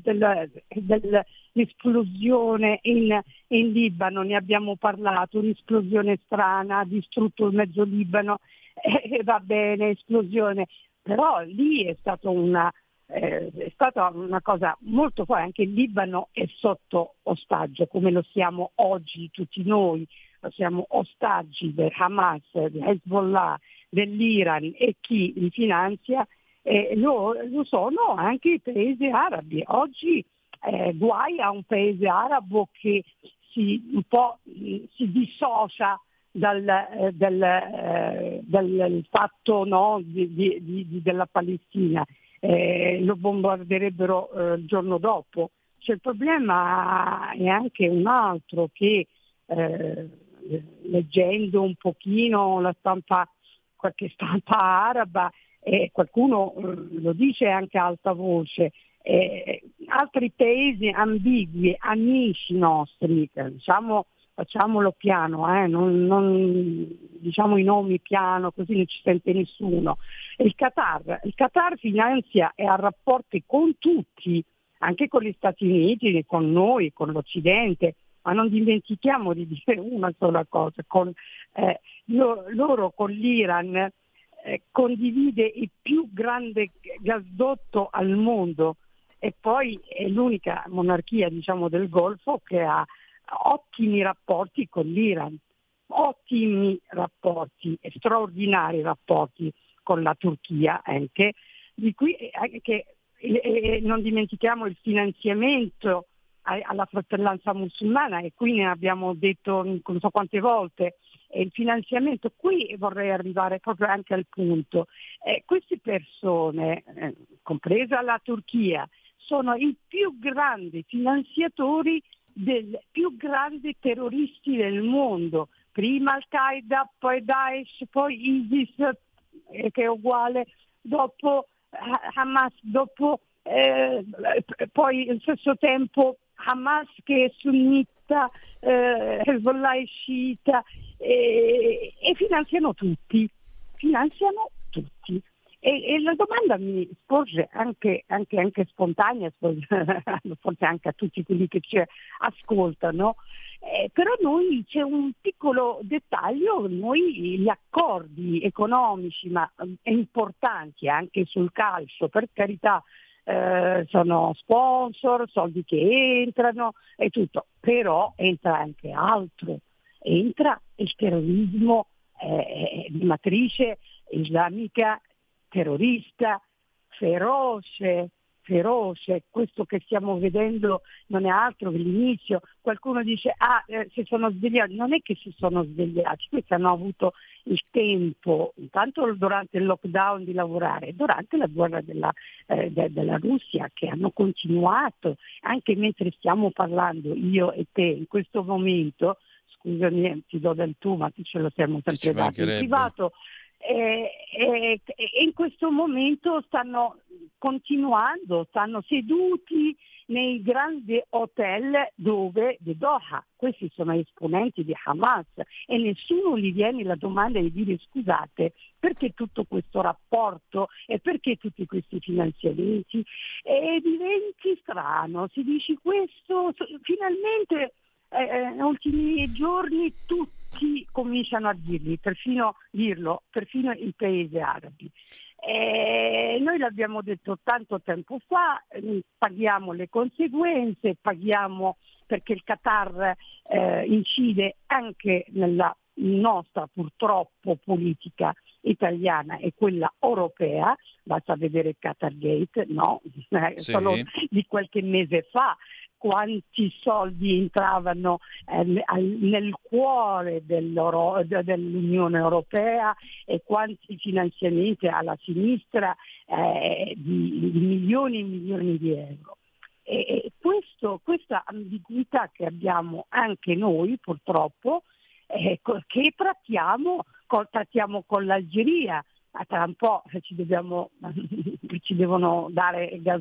dell'esplosione in Libano, ne abbiamo parlato, un'esplosione strana, ha distrutto il mezzo Libano, va bene, esplosione, però lì è stata una cosa molto forte. Anche il Libano è sotto ostaggio, come lo siamo oggi tutti noi, lo siamo ostaggi del Hamas, di Hezbollah, dell'Iran e chi li finanzia, lo sono anche i paesi arabi. Oggi guai a un paese arabo che si dissocia dal fatto, no, della Palestina. Lo bombarderebbero il giorno dopo. Cioè, il problema è anche un altro, che leggendo un pochino la stampa, qualche stampa araba, qualcuno lo dice anche a alta voce, altri paesi ambigui, amici nostri, facciamolo piano, non diciamo i nomi piano, così non ci sente nessuno. Il Qatar finanzia e ha rapporti con tutti, anche con gli Stati Uniti, con noi, con l'Occidente, ma non dimentichiamo di dire una sola cosa, loro con l'Iran condivide il più grande gasdotto al mondo, e poi è l'unica monarchia, diciamo, del Golfo che ha ottimi rapporti con l'Iran, ottimi rapporti, straordinari rapporti con la Turchia anche, di cui anche, non dimentichiamo il finanziamento alla fratellanza musulmana, e qui ne abbiamo detto non so quante volte, e il finanziamento, qui vorrei arrivare proprio anche al punto, queste persone, compresa la Turchia, sono i più grandi finanziatori dei più grandi terroristi del mondo, prima Al-Qaeda, poi Daesh, poi ISIS, che è uguale, dopo Hamas, dopo poi allo stesso tempo Hamas che è sunnita, Hezbollah è sciita, e finanziano tutti. E la domanda mi sporge anche spontanea, forse anche a tutti quelli che ci ascoltano, però noi c'è un piccolo dettaglio, noi gli accordi economici ma importanti anche sul calcio, per carità, sono sponsor, soldi che entrano e tutto, però entra anche altro, entra il terrorismo di matrice islamica, terrorista, feroce, questo che stiamo vedendo non è altro che l'inizio. Qualcuno dice si sono svegliati, non è che si sono svegliati, questi hanno avuto il tempo, intanto durante il lockdown, di lavorare, durante la guerra della Russia, che hanno continuato, anche mentre stiamo parlando io e te in questo momento, scusami ti do del tu, ma ce lo siamo sempre dati in privato, e in questo momento stanno continuando, stanno seduti nei grandi hotel di Doha. Questi sono esponenti di Hamas, e nessuno gli viene la domanda di dire: scusate, perché tutto questo rapporto e perché tutti questi finanziamenti? E diventi strano, si dice questo, finalmente negli ultimi giorni tutti cominciano a dirlo, perfino i paesi arabi. Noi l'abbiamo detto tanto tempo fa, paghiamo le conseguenze, paghiamo perché il Qatar incide anche nella nostra, purtroppo, politica italiana e quella europea, basta vedere il Qatargate, no? Solo di qualche mese fa, quanti soldi entravano nel cuore dell'Unione Europea e quanti finanziamenti alla sinistra di milioni e milioni di euro. E questa ambiguità che abbiamo anche noi, purtroppo, che trattiamo con l'Algeria, tra un po' ci devono dare gas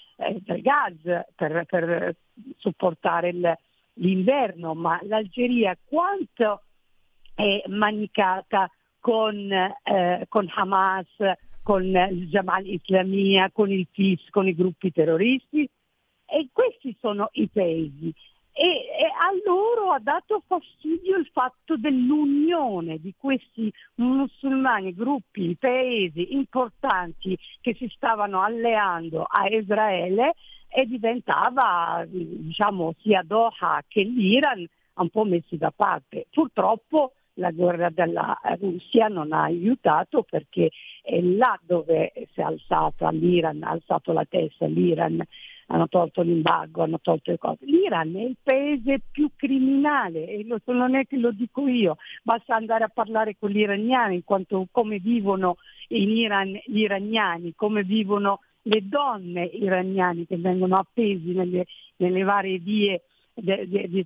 per supportare l'inverno, ma l'Algeria quanto è manicata con Hamas, con il Jamal Islamia, con il FIS, con i gruppi terroristi, e questi sono i paesi. E a loro ha dato fastidio il fatto dell'unione di questi musulmani, gruppi, paesi importanti che si stavano alleando a Israele, e diventava, diciamo, sia Doha che l'Iran un po' messi da parte. Purtroppo la guerra della Russia non ha aiutato, perché è là dove si è alzata l'Iran, ha alzato la testa l'Iran, hanno tolto l'embargo, hanno tolto le cose. L'Iran è il paese più criminale, e non è che lo dico io, basta andare a parlare con gli iraniani, in quanto come vivono in Iran gli iraniani, come vivono le donne iraniane che vengono appesi nelle varie vie di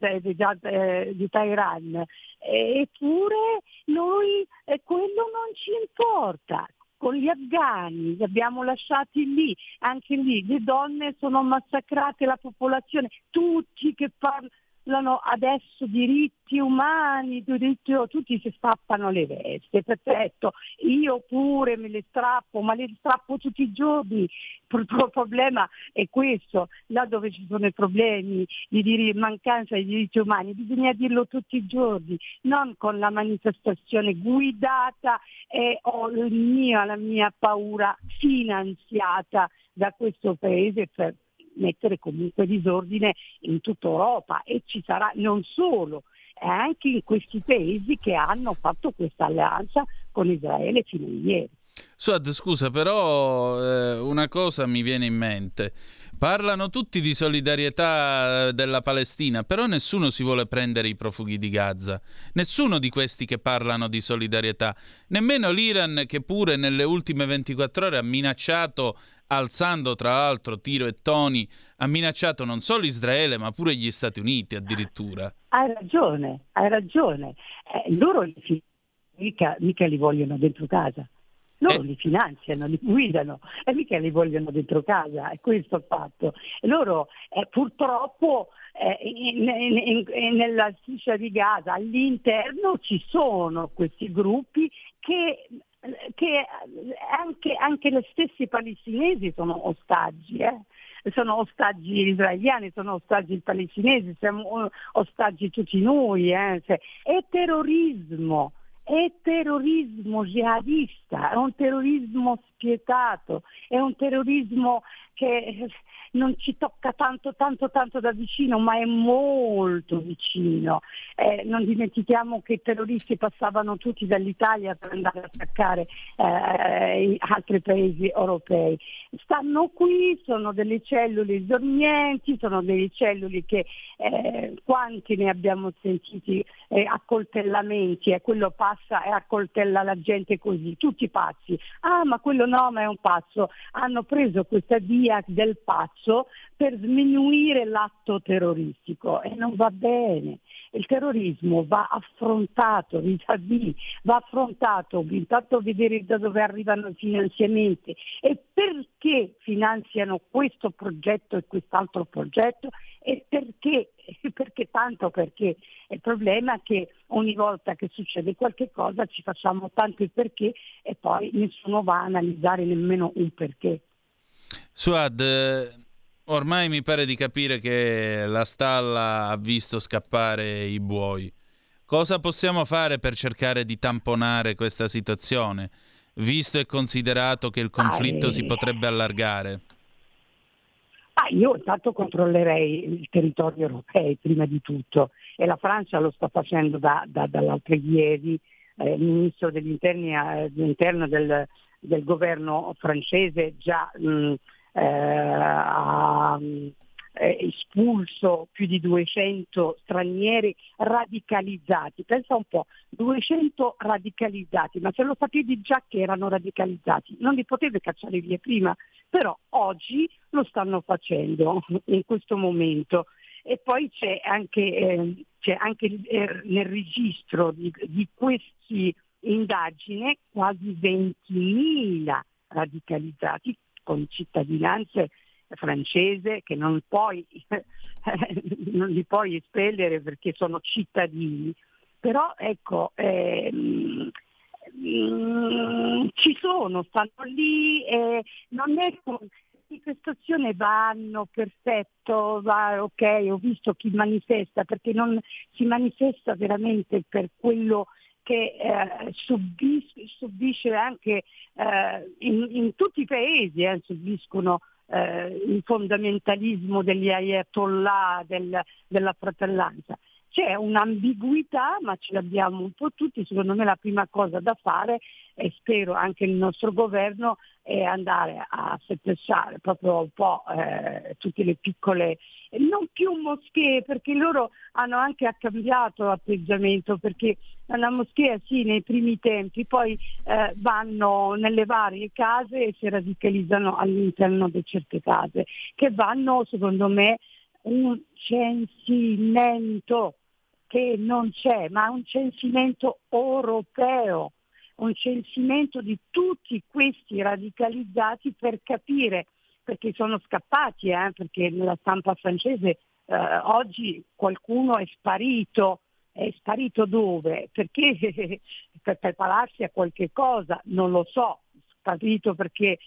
Teheran. Eppure noi quello non ci importa. Con gli afghani li abbiamo lasciati lì, anche lì le donne sono massacrate, la popolazione, tutti che parlano adesso diritti umani, tutti si strappano le vesti, perfetto, io pure me le strappo, ma le strappo tutti i giorni. Il problema è questo, là dove ci sono i problemi di mancanza di diritti umani bisogna dirlo tutti i giorni, non con la manifestazione guidata la mia paura finanziata da questo paese per mettere comunque disordine in tutta Europa, e ci sarà non solo, anche in questi paesi che hanno fatto questa alleanza con Israele fino a ieri. Suad, scusa, però una cosa mi viene in mente. Parlano tutti di solidarietà della Palestina, però nessuno si vuole prendere i profughi di Gaza. Nessuno di questi che parlano di solidarietà. Nemmeno l'Iran, che pure nelle ultime 24 ore ha minacciato, alzando tra l'altro tiro e toni, ha minacciato non solo Israele ma pure gli Stati Uniti addirittura. Hai ragione. Loro mica li vogliono dentro casa. Loro li finanziano, li guidano, e mica li vogliono dentro casa, è questo il fatto. Loro purtroppo nella striscia di Gaza all'interno ci sono questi gruppi che anche le stesse palestinesi sono ostaggi, sono ostaggi israeliani, sono ostaggi palestinesi, siamo ostaggi tutti noi, È terrorismo jihadista, è un terrorismo spietato, è un terrorismo che non ci tocca tanto da vicino, ma è molto vicino. Non dimentichiamo che i terroristi passavano tutti dall'Italia per andare a attaccare altri paesi europei. Stanno qui, sono delle cellule dormienti, sono delle cellule che quanti ne abbiamo sentiti accoltellamenti, e quello passa e accoltella la gente così, tutti pazzi. Ma quello no, ma è un pazzo. Hanno preso questa via del pazzo per sminuire l'atto terroristico, e non va bene. Il terrorismo va affrontato, va affrontato, intanto vedere da dove arrivano i finanziamenti e perché finanziano questo progetto e quest'altro progetto, e perché il problema è che ogni volta che succede qualche cosa ci facciamo tanto il perché e poi nessuno va a analizzare nemmeno un perché. Suad, ormai mi pare di capire che la stalla ha visto scappare i buoi. Cosa possiamo fare per cercare di tamponare questa situazione, visto e considerato che il conflitto si potrebbe allargare? Io intanto controllerei il territorio europeo prima di tutto, e la Francia lo sta facendo dall'altro ieri. Il ministro dell'interno del governo francese già ha espulso più di 200 stranieri radicalizzati. Pensa un po', 200 radicalizzati, ma se lo sapevi già che erano radicalizzati, non li potevi cacciare via prima, però oggi lo stanno facendo in questo momento. E poi c'è anche nel registro di questi indagine quasi 20.000 radicalizzati con cittadinanze francese che non li puoi espellere perché sono cittadini, però ecco ci sono, stanno lì, non è manifestazione vanno, perfetto, va, ok, ho visto chi manifesta, perché non si manifesta veramente per quello che subisce anche in tutti i paesi, subiscono il fondamentalismo degli ayatollah, della fratellanza. C'è un'ambiguità, ma ce l'abbiamo un po' tutti. Secondo me la prima cosa da fare, e spero anche il nostro governo, è andare a sequestrare proprio un po' tutte le piccole, non più moschee, perché loro hanno anche cambiato atteggiamento, perché la moschea sì nei primi tempi, poi vanno nelle varie case e si radicalizzano all'interno di certe case, che vanno secondo me un censimento che non c'è, ma un censimento europeo, un censimento di tutti questi radicalizzati per capire, perché sono scappati, perché nella stampa francese oggi qualcuno è sparito dove? Perché per prepararsi a qualche cosa, non lo so, sparito perché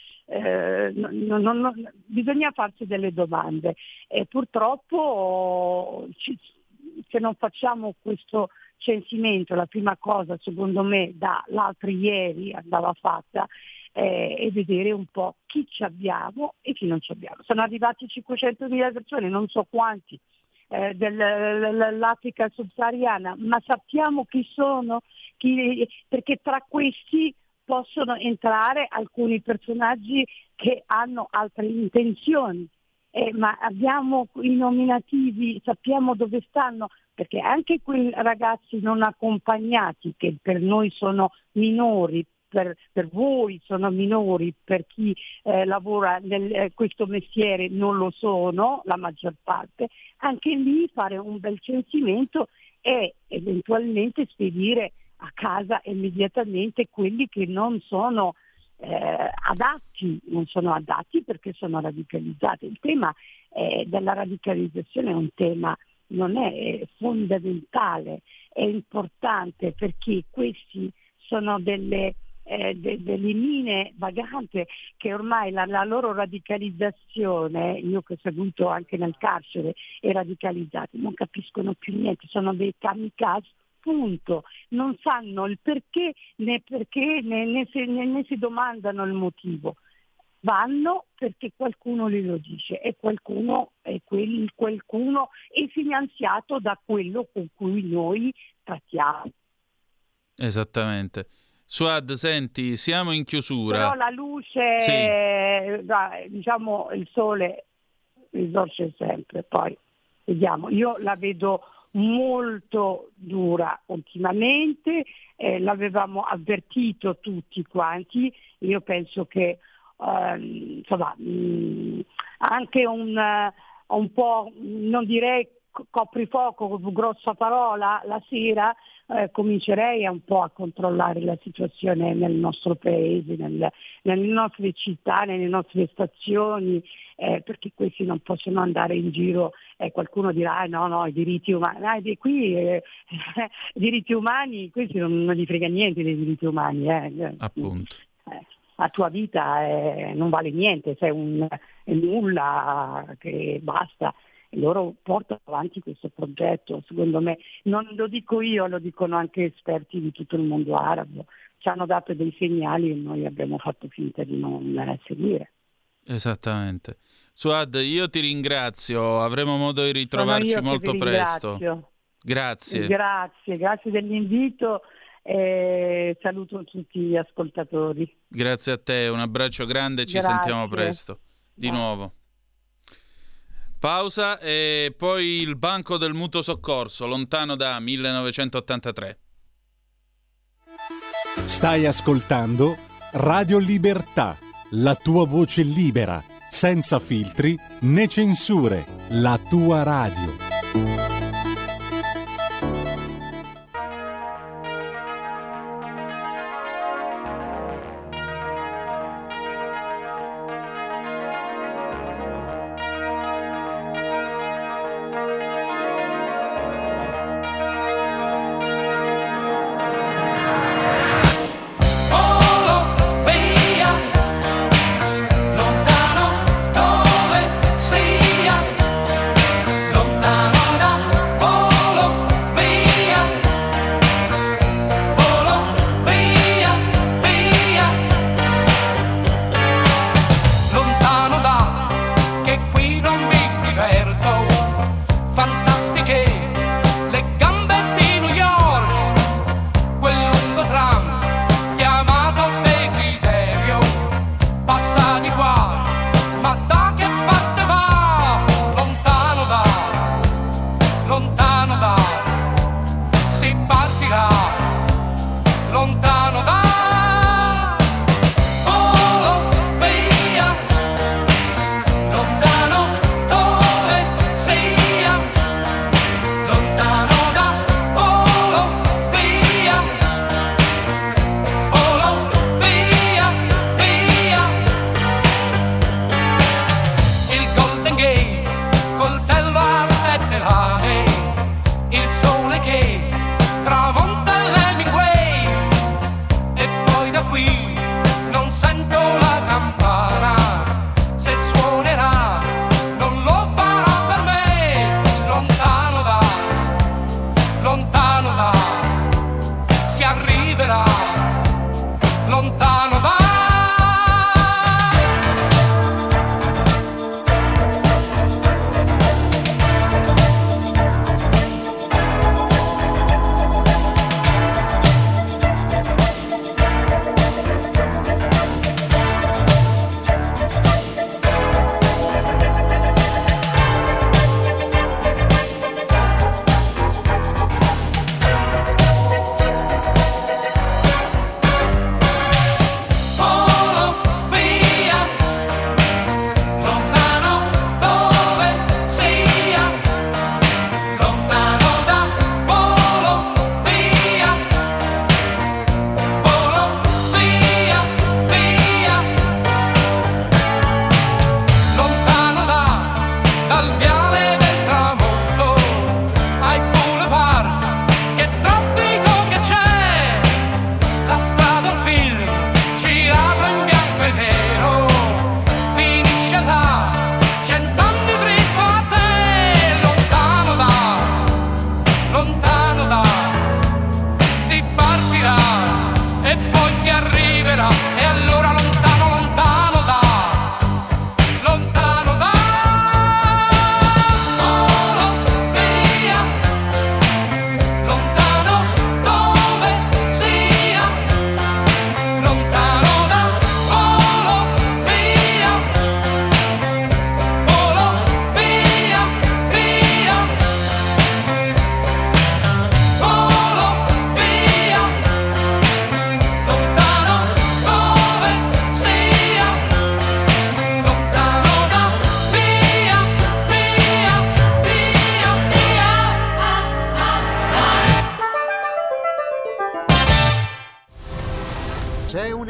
bisogna farsi delle domande e purtroppo se non facciamo questo censimento, la prima cosa secondo me dall'altro ieri andava fatta e vedere un po' chi ci abbiamo e chi non ci abbiamo. Sono arrivati 500.000 persone, non so quanti, dell'Africa subsahariana, ma sappiamo chi sono, perché tra questi possono entrare alcuni personaggi che hanno altre intenzioni, ma abbiamo i nominativi, sappiamo dove stanno, perché anche quei ragazzi non accompagnati che per noi sono minori, per voi sono minori, per chi lavora nel questo mestiere non lo sono, la maggior parte, anche lì fare un bel censimento e eventualmente spedire a casa immediatamente quelli che non sono non sono adatti perché sono radicalizzati. Il tema della radicalizzazione è un tema, non è fondamentale, è importante perché questi sono delle mine vaganti che ormai la loro radicalizzazione, io che ho seguito anche nel carcere i radicalizzati, non capiscono più niente, sono dei kamikaze, punto, non sanno il perché né si domandano il motivo, vanno perché qualcuno glielo dice e qualcuno è finanziato da quello con cui noi trattiamo. Esattamente. Suad, senti, siamo in chiusura. Però la luce, sì. Diciamo il sole risorge sempre, poi vediamo, io la vedo molto dura ultimamente, l'avevamo avvertito tutti quanti, io penso che insomma anche un po', non direi coprifuoco, grossa parola, la sera comincerei un po' a controllare la situazione nel nostro paese, nelle nostre città, nelle nostre stazioni, perché questi non possono andare in giro e qualcuno dirà no, i diritti umani, qui i diritti umani, questi non gli frega niente dei diritti umani. Appunto. La tua vita non vale niente, sei è nulla, che basta. E loro portano avanti questo progetto, secondo me, non lo dico io, lo dicono anche esperti di tutto il mondo arabo, ci hanno dato dei segnali e noi abbiamo fatto finta di non seguire. Esattamente. Suad, io ti ringrazio, avremo modo di ritrovarci molto presto. Grazie dell'invito e saluto tutti gli ascoltatori. Grazie a te, un abbraccio grande, ci sentiamo presto di nuovo. Pausa e poi il Banco del Mutuo Soccorso, lontano da 1983. Stai ascoltando Radio Libertà, la tua voce libera, senza filtri né censure, la tua radio.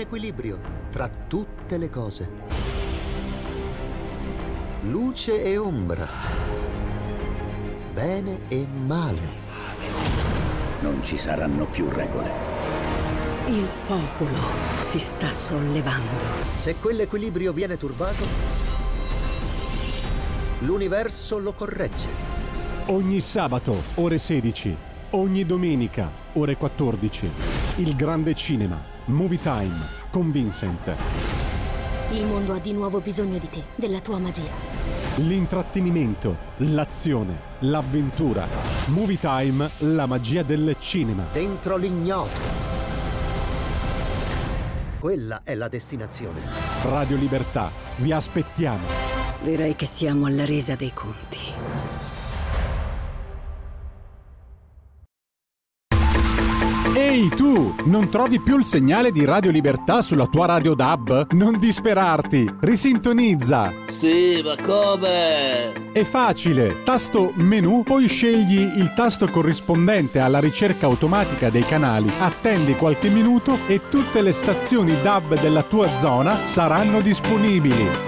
l'equilibrio tra tutte le cose. Luce e ombra. Bene e male. Non ci saranno più regole. Il popolo si sta sollevando. Se quell'equilibrio viene turbato, l'universo lo corregge. Ogni sabato, ore 16. Ogni domenica, ore 14. Il grande cinema. Movie Time con Vincent. Il mondo ha di nuovo bisogno di te, della tua magia. L'intrattenimento, l'azione, l'avventura. Movie Time, la magia del cinema. Dentro l'ignoto. Quella è la destinazione. Radio Libertà, vi aspettiamo. Direi che siamo alla resa dei conti. Ehi tu, non trovi più il segnale di Radio Libertà sulla tua radio DAB? Non disperarti, risintonizza. Sì, ma come? È facile, tasto menu, poi scegli il tasto corrispondente alla ricerca automatica dei canali, attendi qualche minuto e tutte le stazioni DAB della tua zona saranno disponibili.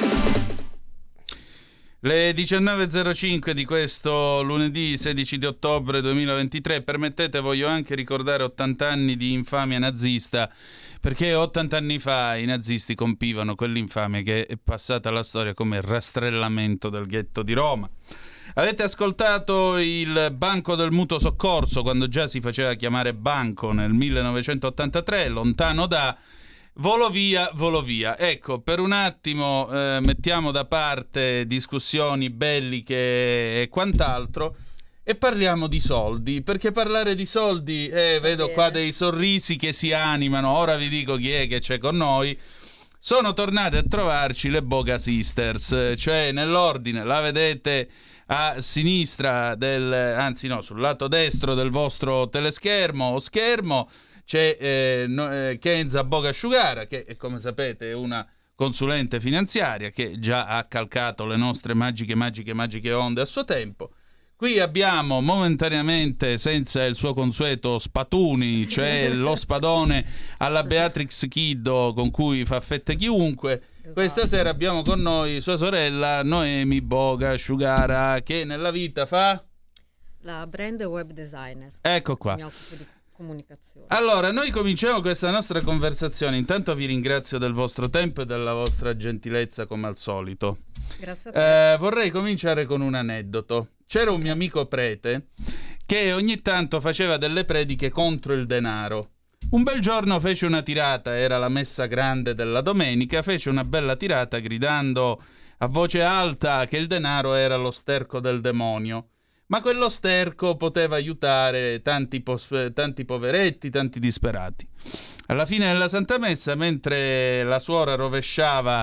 Le 19.05 di questo lunedì 16 di ottobre 2023, permettete, voglio anche ricordare 80 anni di infamia nazista, perché 80 anni fa i nazisti compivano quell'infamia che è passata alla storia come il rastrellamento del ghetto di Roma. Avete ascoltato il Banco del Mutuo Soccorso, quando già si faceva chiamare Banco nel 1983, lontano da... Volo via. Ecco, per un attimo mettiamo da parte discussioni belliche e quant'altro e parliamo di soldi, perché parlare di soldi, vedo qua dei sorrisi che si animano, ora vi dico chi è che c'è con noi. Sono tornate a trovarci le Boga Sisters, cioè nell'ordine, la vedete a sinistra sul lato destro del vostro teleschermo o schermo. C'è Kenza Bogasciugara, che come sapete è una consulente finanziaria che già ha calcato le nostre magiche onde a suo tempo. Qui abbiamo momentaneamente, senza il suo consueto Spatuni, cioè lo spadone alla Beatrix Kiddo con cui fa fette chiunque. Esatto. Questa sera abbiamo con noi sua sorella Noemi Bogasciugara, che nella vita fa... la brand web designer. Ecco qua. Mi occupo di comunicazione. Allora, noi cominciamo questa nostra conversazione. Intanto vi ringrazio del vostro tempo e della vostra gentilezza come al solito. Grazie a te. Vorrei cominciare con un aneddoto. C'era un mio amico prete che ogni tanto faceva delle prediche contro il denaro. Un bel giorno fece una tirata, era la messa grande della domenica, fece una bella tirata gridando a voce alta che il denaro era lo sterco del demonio. Ma quello sterco poteva aiutare tanti poveretti, tanti disperati. Alla fine della Santa Messa, mentre la suora rovesciava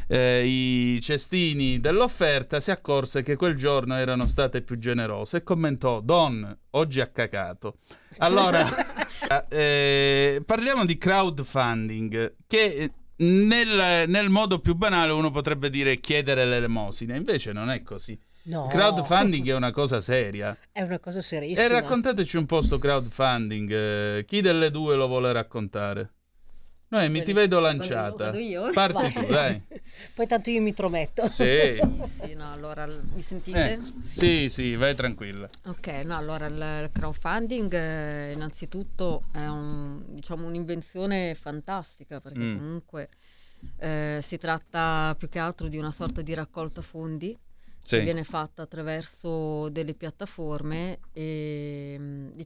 i cestini dell'offerta, si accorse che quel giorno erano state più generose e commentò: Don, oggi ha cacato. Allora, parliamo di crowdfunding, che nel modo più banale uno potrebbe dire chiedere l'elemosina, invece non è così. No. Crowdfunding è una cosa seria. È una cosa serissima. E raccontateci un po' sto crowdfunding. Chi delle due lo vuole raccontare? Noemi, ti vedo lanciata. Vado io? Parti tu, dai. Poi tanto io mi intrometto. Sì. Sì, no, allora, mi sentite? Sì, vai tranquilla. Ok, no, allora il crowdfunding innanzitutto è un'invenzione fantastica, perché comunque si tratta più che altro di una sorta di raccolta fondi. Che viene fatta attraverso delle piattaforme e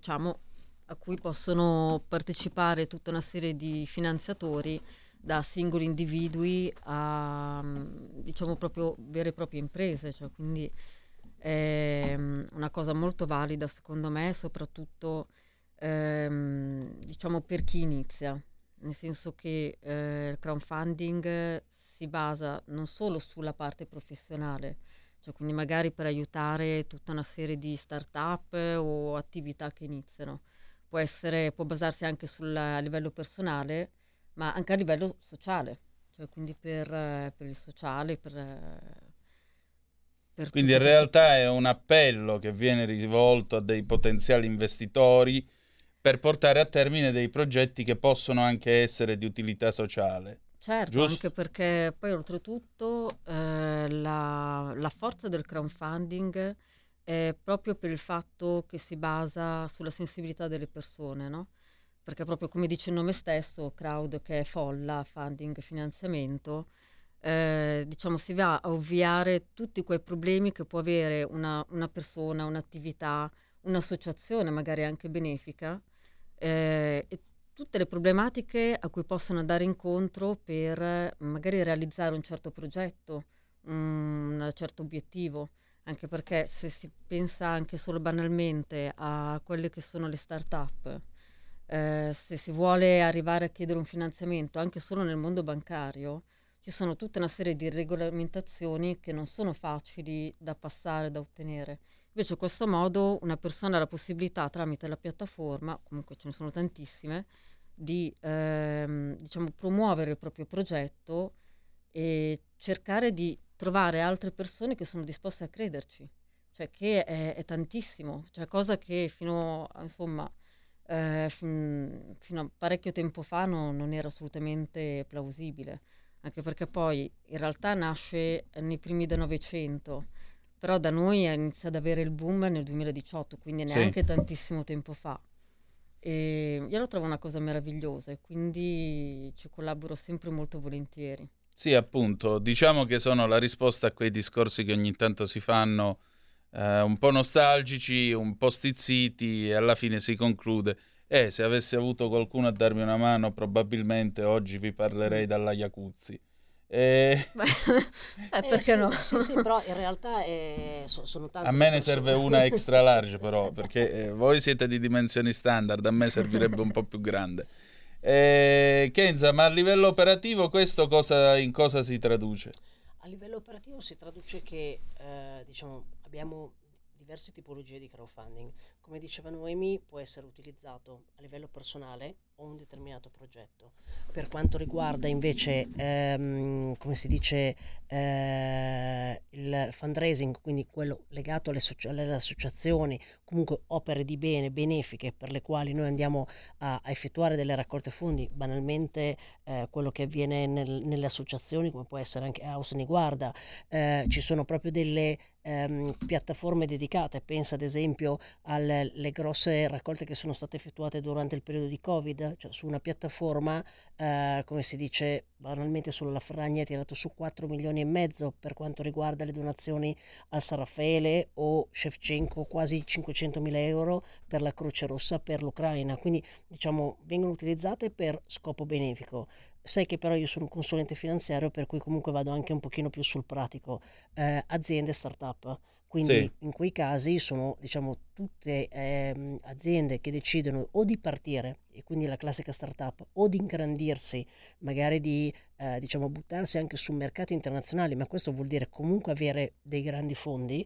a cui possono partecipare tutta una serie di finanziatori, da singoli individui a proprio vere e proprie imprese, cioè, quindi è una cosa molto valida secondo me, soprattutto per chi inizia, nel senso che il crowdfunding si basa non solo sulla parte professionale, cioè quindi magari per aiutare tutta una serie di start-up o attività che iniziano. Può basarsi anche a livello personale, ma anche a livello sociale, cioè quindi per il sociale, quindi in realtà è un appello che viene rivolto a dei potenziali investitori per portare a termine dei progetti che possono anche essere di utilità sociale. Certo, giusto? anche perché poi oltretutto la forza del crowdfunding è proprio per il fatto che si basa sulla sensibilità delle persone, no? Perché proprio come dice il nome stesso, crowd che è folla, funding, finanziamento, diciamo si va a ovviare tutti quei problemi che può avere una persona, un'attività, un'associazione magari anche benefica, e tutte le problematiche a cui possono andare incontro per magari realizzare un certo progetto, un certo obiettivo, anche perché se si pensa anche solo banalmente a quelle che sono le start-up, se si vuole arrivare a chiedere un finanziamento anche solo nel mondo bancario, ci sono tutta una serie di regolamentazioni che non sono facili da passare, da ottenere. Invece in questo modo una persona ha la possibilità tramite la piattaforma, comunque ce ne sono tantissime, di diciamo, promuovere il proprio progetto e cercare di trovare altre persone che sono disposte a crederci, cioè che è tantissimo, cioè cosa che fino a, insomma, fino a parecchio tempo fa non era assolutamente plausibile, anche perché poi in realtà nasce nei primi del Novecento, però da noi inizia ad avere il boom nel 2018, quindi neanche tantissimo tempo fa. E io lo trovo una cosa meravigliosa e quindi ci collaboro sempre molto volentieri. Sì, appunto, diciamo che sono la risposta a quei discorsi che ogni tanto si fanno, un po' nostalgici, un po' stizziti, e alla fine si conclude: se avessi avuto qualcuno a darmi una mano, probabilmente oggi vi parlerei dalla Jacuzzi. Perché no? Sì, però in realtà sono tante. A me ne serve una extra large, però, perché voi siete di dimensioni standard, a me servirebbe un po' più grande. Kenza, ma a livello operativo questo in cosa si traduce? A livello operativo si traduce che diciamo, abbiamo diverse tipologie di crowdfunding. Come diceva Noemi, può essere utilizzato a livello personale o un determinato progetto. Per quanto riguarda invece, come si dice, il fundraising, quindi quello legato alle associazioni, comunque opere di bene, benefiche, per le quali noi andiamo a effettuare delle raccolte fondi, banalmente quello che avviene nelle associazioni, come può essere anche House Niguarda, ci sono proprio delle piattaforme dedicate. Pensa ad esempio alle grosse raccolte che sono state effettuate durante il periodo di Covid, cioè su una piattaforma come si dice banalmente, solo la Ferragni ha tirato su 4,5 milioni per quanto riguarda le donazioni al San Raffaele, o Shevchenko quasi 500.000 euro per la Croce Rossa per l'Ucraina. Quindi diciamo vengono utilizzate per scopo benefico. Sai che però io sono un consulente finanziario, per cui comunque vado anche un pochino più sul pratico. Aziende startup, quindi in quei casi sono diciamo tutte aziende che decidono o di partire, e quindi la classica startup, o di ingrandirsi, magari di diciamo buttarsi anche su mercati internazionali, ma questo vuol dire comunque avere dei grandi fondi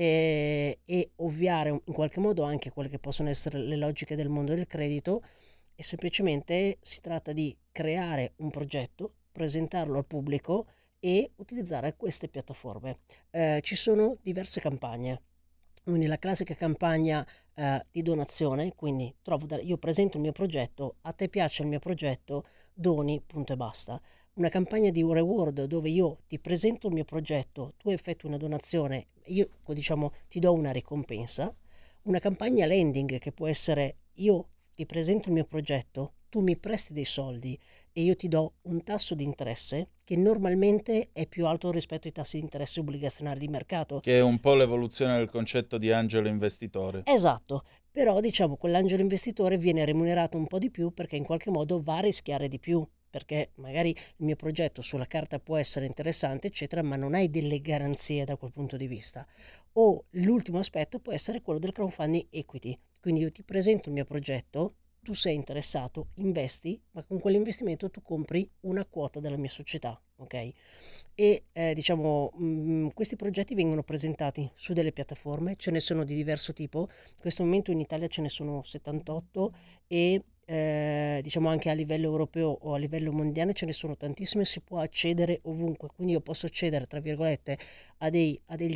e ovviare in qualche modo anche quelle che possono essere le logiche del mondo del credito. E semplicemente si tratta di creare un progetto, presentarlo al pubblico e utilizzare queste piattaforme. Ci sono diverse campagne, quindi la classica campagna di donazione, quindi io presento il mio progetto, a te piace il mio progetto, doni, punto e basta. Una campagna di reward dove io ti presento il mio progetto, tu effettui una donazione, io diciamo ti do una ricompensa. Una campagna lending che può essere: io ti presento il mio progetto, tu mi presti dei soldi e io ti do un tasso di interesse che normalmente è più alto rispetto ai tassi di interesse obbligazionari di mercato. Che è un po' l'evoluzione del concetto di angelo investitore. Esatto, però diciamo quell'angelo investitore viene remunerato un po' di più perché in qualche modo va a rischiare di più, perché magari il mio progetto sulla carta può essere interessante, eccetera, ma non hai delle garanzie da quel punto di vista. O l'ultimo aspetto può essere quello del crowdfunding equity, quindi io ti presento il mio progetto, tu sei interessato, investi, ma con quell'investimento tu compri una quota della mia società, ok? E diciamo questi progetti vengono presentati su delle piattaforme, ce ne sono di diverso tipo. In questo momento in Italia ce ne sono 78 e diciamo anche a livello europeo o a livello mondiale ce ne sono tantissime, si può accedere ovunque, quindi io posso accedere tra virgolette a degli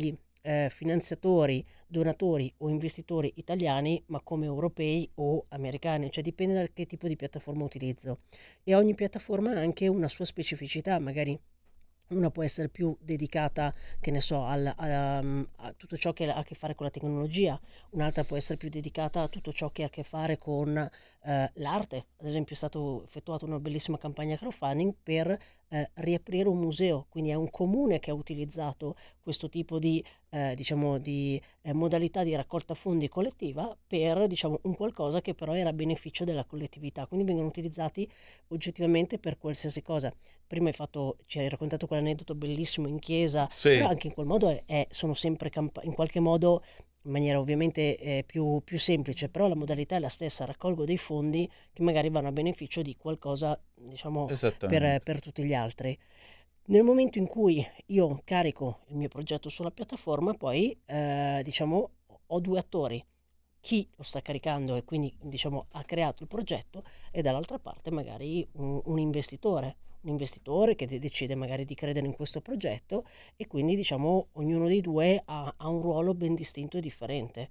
finanziatori, donatori o investitori italiani, ma come europei o americani, cioè dipende da che tipo di piattaforma utilizzo. E ogni piattaforma ha anche una sua specificità, magari una può essere più dedicata, che ne so, a tutto ciò che ha a che fare con la tecnologia, un'altra può essere più dedicata a tutto ciò che ha a che fare con l'arte. Ad esempio è stata effettuata una bellissima campagna crowdfunding per riaprire un museo, quindi è un comune che ha utilizzato questo tipo di modalità di raccolta fondi collettiva per un qualcosa che però era a beneficio della collettività, quindi vengono utilizzati oggettivamente per qualsiasi cosa. Prima ci hai raccontato quell'aneddoto bellissimo in chiesa, Sì. però anche in quel modo sono sempre in qualche modo, in maniera ovviamente più semplice, però la modalità è la stessa: raccolgo dei fondi che magari vanno a beneficio di qualcosa, Esattamente. per tutti gli altri. Nel momento in cui io carico il mio progetto sulla piattaforma, poi ho due attori: chi lo sta caricando e quindi ha creato il progetto, e dall'altra parte magari un investitore che decide magari di credere in questo progetto, e quindi ognuno dei due ha un ruolo ben distinto e differente.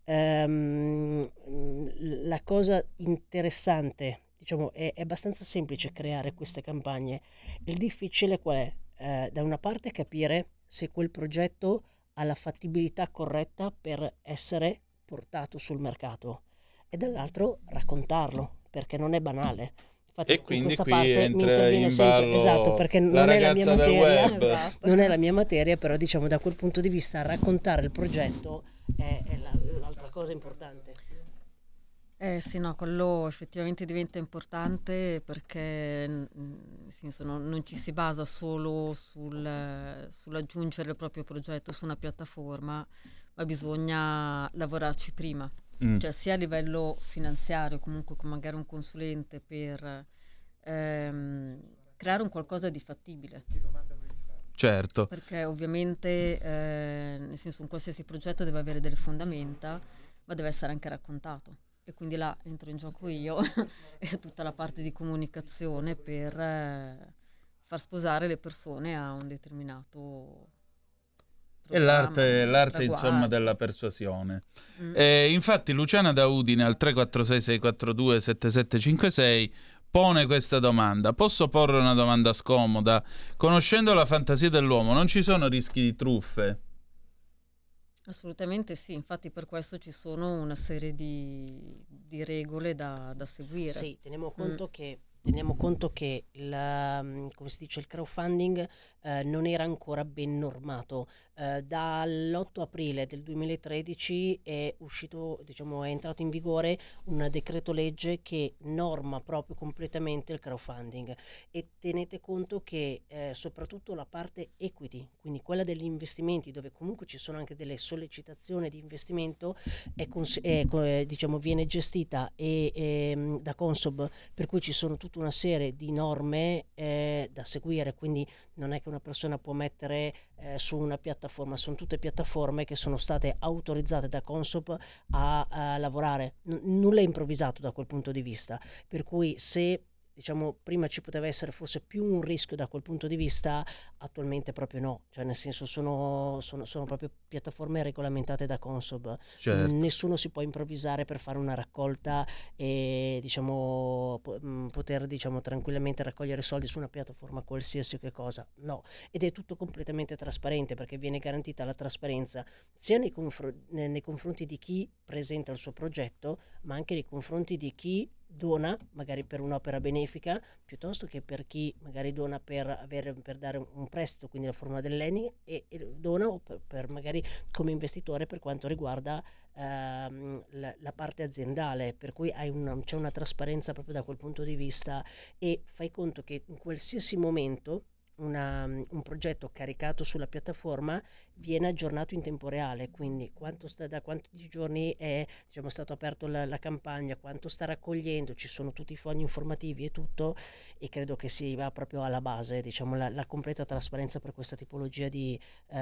La cosa interessante, è abbastanza semplice creare queste campagne. Il difficile qual è? Da una parte capire se quel progetto ha la fattibilità corretta per essere portato sul mercato, e dall'altro raccontarlo, perché non è banale. Infatti E quindi in questa qui parte mi entra interviene in sempre, ballo esatto, perché la non è la mia ragazza del materia, web. non è la mia materia, però da quel punto di vista raccontare il progetto è l'altra cosa importante. Sì, no, quello effettivamente diventa importante, perché nel senso non ci si basa solo sull'aggiungere il proprio progetto su una piattaforma, ma bisogna lavorarci prima. Cioè sia a livello finanziario, comunque con magari un consulente, per creare un qualcosa di fattibile. Certo. Perché ovviamente, nel senso, un qualsiasi progetto deve avere delle fondamenta, ma deve essere anche raccontato. E quindi là entro in gioco io e tutta la parte di comunicazione per far sposare le persone a un determinato E l'arte traguardo. insomma della persuasione. Infatti Luciana da Udine al 346-642-7756 pone questa domanda: posso porre una domanda scomoda? Conoscendo la fantasia dell'uomo, non ci sono rischi di truffe? Assolutamente sì, infatti per questo ci sono una serie di regole da seguire. Sì, teniamo conto che come si dice, il crowdfunding non era ancora ben normato. Dall'8 aprile del 2013 è entrato in vigore un decreto legge che norma proprio completamente il crowdfunding, e tenete conto che soprattutto la parte equity, quindi quella degli investimenti, dove comunque ci sono anche delle sollecitazioni di investimento, viene gestita da Consob, per cui ci sono tutta una serie di norme da seguire, quindi non è che una persona può mettere su una piattaforma, sono tutte piattaforme che sono state autorizzate da Consob a lavorare, nulla è improvvisato da quel punto di vista, per cui se prima ci poteva essere forse più un rischio da quel punto di vista, attualmente proprio no, cioè nel senso sono proprio piattaforme regolamentate da Consob. Certo. Nessuno si può improvvisare per fare una raccolta e poter tranquillamente raccogliere soldi su una piattaforma qualsiasi che cosa, no, ed è tutto completamente trasparente, perché viene garantita la trasparenza sia nei confronti di chi presenta il suo progetto, ma anche nei confronti di chi dona magari per un'opera benefica, piuttosto che per chi magari dona per dare un prestito, quindi la forma dell'ENI, e dona o per magari come investitore per quanto riguarda la parte aziendale, per cui c'è una trasparenza proprio da quel punto di vista, e fai conto che in qualsiasi momento un progetto caricato sulla piattaforma viene aggiornato in tempo reale, quindi da quanti giorni è stato aperto la campagna, quanto sta raccogliendo, ci sono tutti i fogli informativi e tutto, e credo che si va proprio alla base, la completa trasparenza per questa tipologia di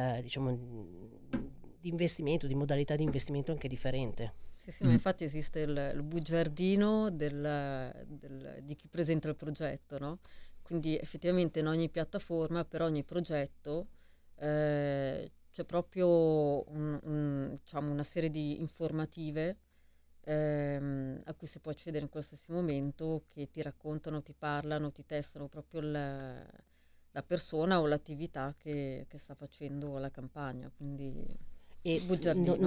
investimento, di modalità di investimento anche differente. Sì, ma infatti esiste il bugiardino di chi presenta il progetto, no? Quindi effettivamente in ogni piattaforma, per ogni progetto, c'è proprio diciamo una serie di informative a cui si può accedere in qualsiasi momento, che ti raccontano, ti parlano, ti testano proprio la persona o l'attività che sta facendo la campagna, quindi e bugiardino.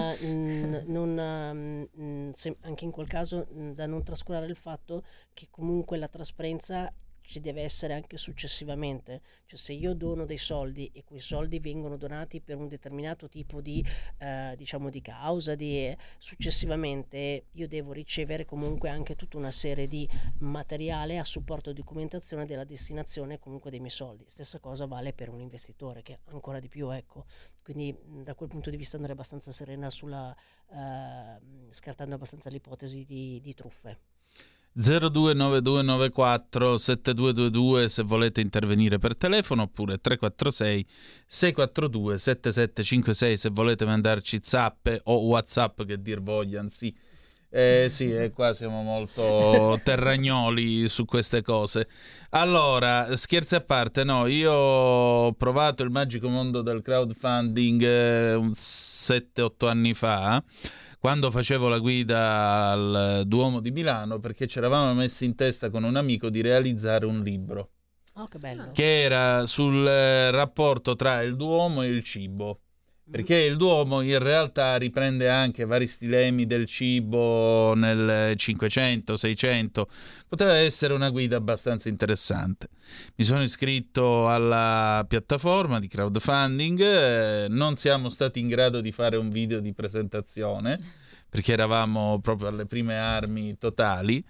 Anche in quel caso da non trascurare il fatto che comunque la trasparenza ci deve essere anche successivamente, cioè se io dono dei soldi e quei soldi vengono donati per un determinato tipo di diciamo di causa, successivamente io devo ricevere comunque anche tutta una serie di materiale a supporto e documentazione della destinazione comunque dei miei soldi. Stessa cosa vale per un investitore, che ancora di più, ecco, quindi da quel punto di vista andrei abbastanza serena sulla scartando abbastanza l'ipotesi di truffe. 029294 7222 se volete intervenire per telefono, oppure 346 642 7756 se volete mandarci zappe o WhatsApp, che dir vogliano. Sì, qua siamo molto terragnoli su queste cose. Allora, scherzi a parte, no, io ho provato il magico mondo del crowdfunding 7-8 anni fa, quando facevo la guida al Duomo di Milano, perché ci eravamo messi in testa con un amico di realizzare un libro. Oh, che bello. Che era sul rapporto tra il Duomo e il cibo. Perché il Duomo in realtà riprende anche vari stilemi del cibo nel 500, 600. Poteva essere una guida abbastanza interessante. Mi sono iscritto alla piattaforma di crowdfunding, non siamo stati in grado di fare un video di presentazione, perché eravamo proprio alle prime armi totali.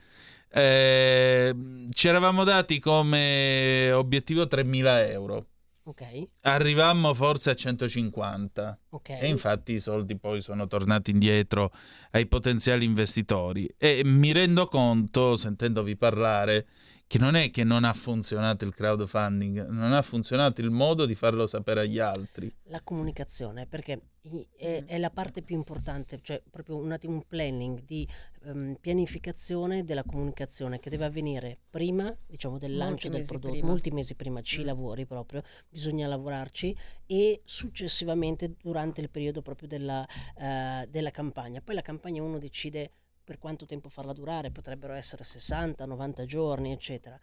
Ci eravamo dati come obiettivo 3.000 euro. Okay. Arrivammo forse a 150, okay. E infatti i soldi poi sono tornati indietro ai potenziali investitori, e mi rendo conto, sentendovi parlare, che non è che non ha funzionato il crowdfunding, non ha funzionato il modo di farlo sapere agli altri. La comunicazione, perché è la parte più importante, cioè proprio un planning di pianificazione della comunicazione che deve avvenire prima, diciamo, del lancio del prodotto, molti mesi prima ci lavori proprio, bisogna lavorarci, e successivamente durante il periodo proprio della campagna. Poi la campagna uno decide per quanto tempo farla durare, potrebbero essere 60, 90 giorni, eccetera.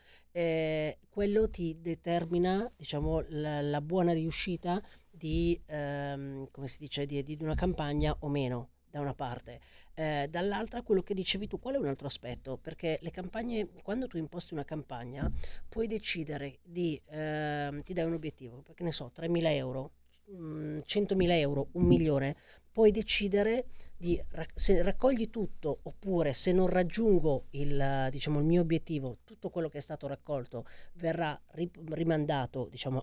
Quello ti determina, diciamo, la buona riuscita di, come si dice, di una campagna o meno, da una parte. Dall'altra, quello che dicevi tu, qual è un altro aspetto? Perché le campagne, quando tu imposti una campagna, puoi decidere ti dai un obiettivo, perché ne so, 3.000 euro, 100.000 euro, 1 milione, puoi decidere se raccogli tutto, oppure se non raggiungo il mio obiettivo, tutto quello che è stato raccolto verrà rimandato, diciamo,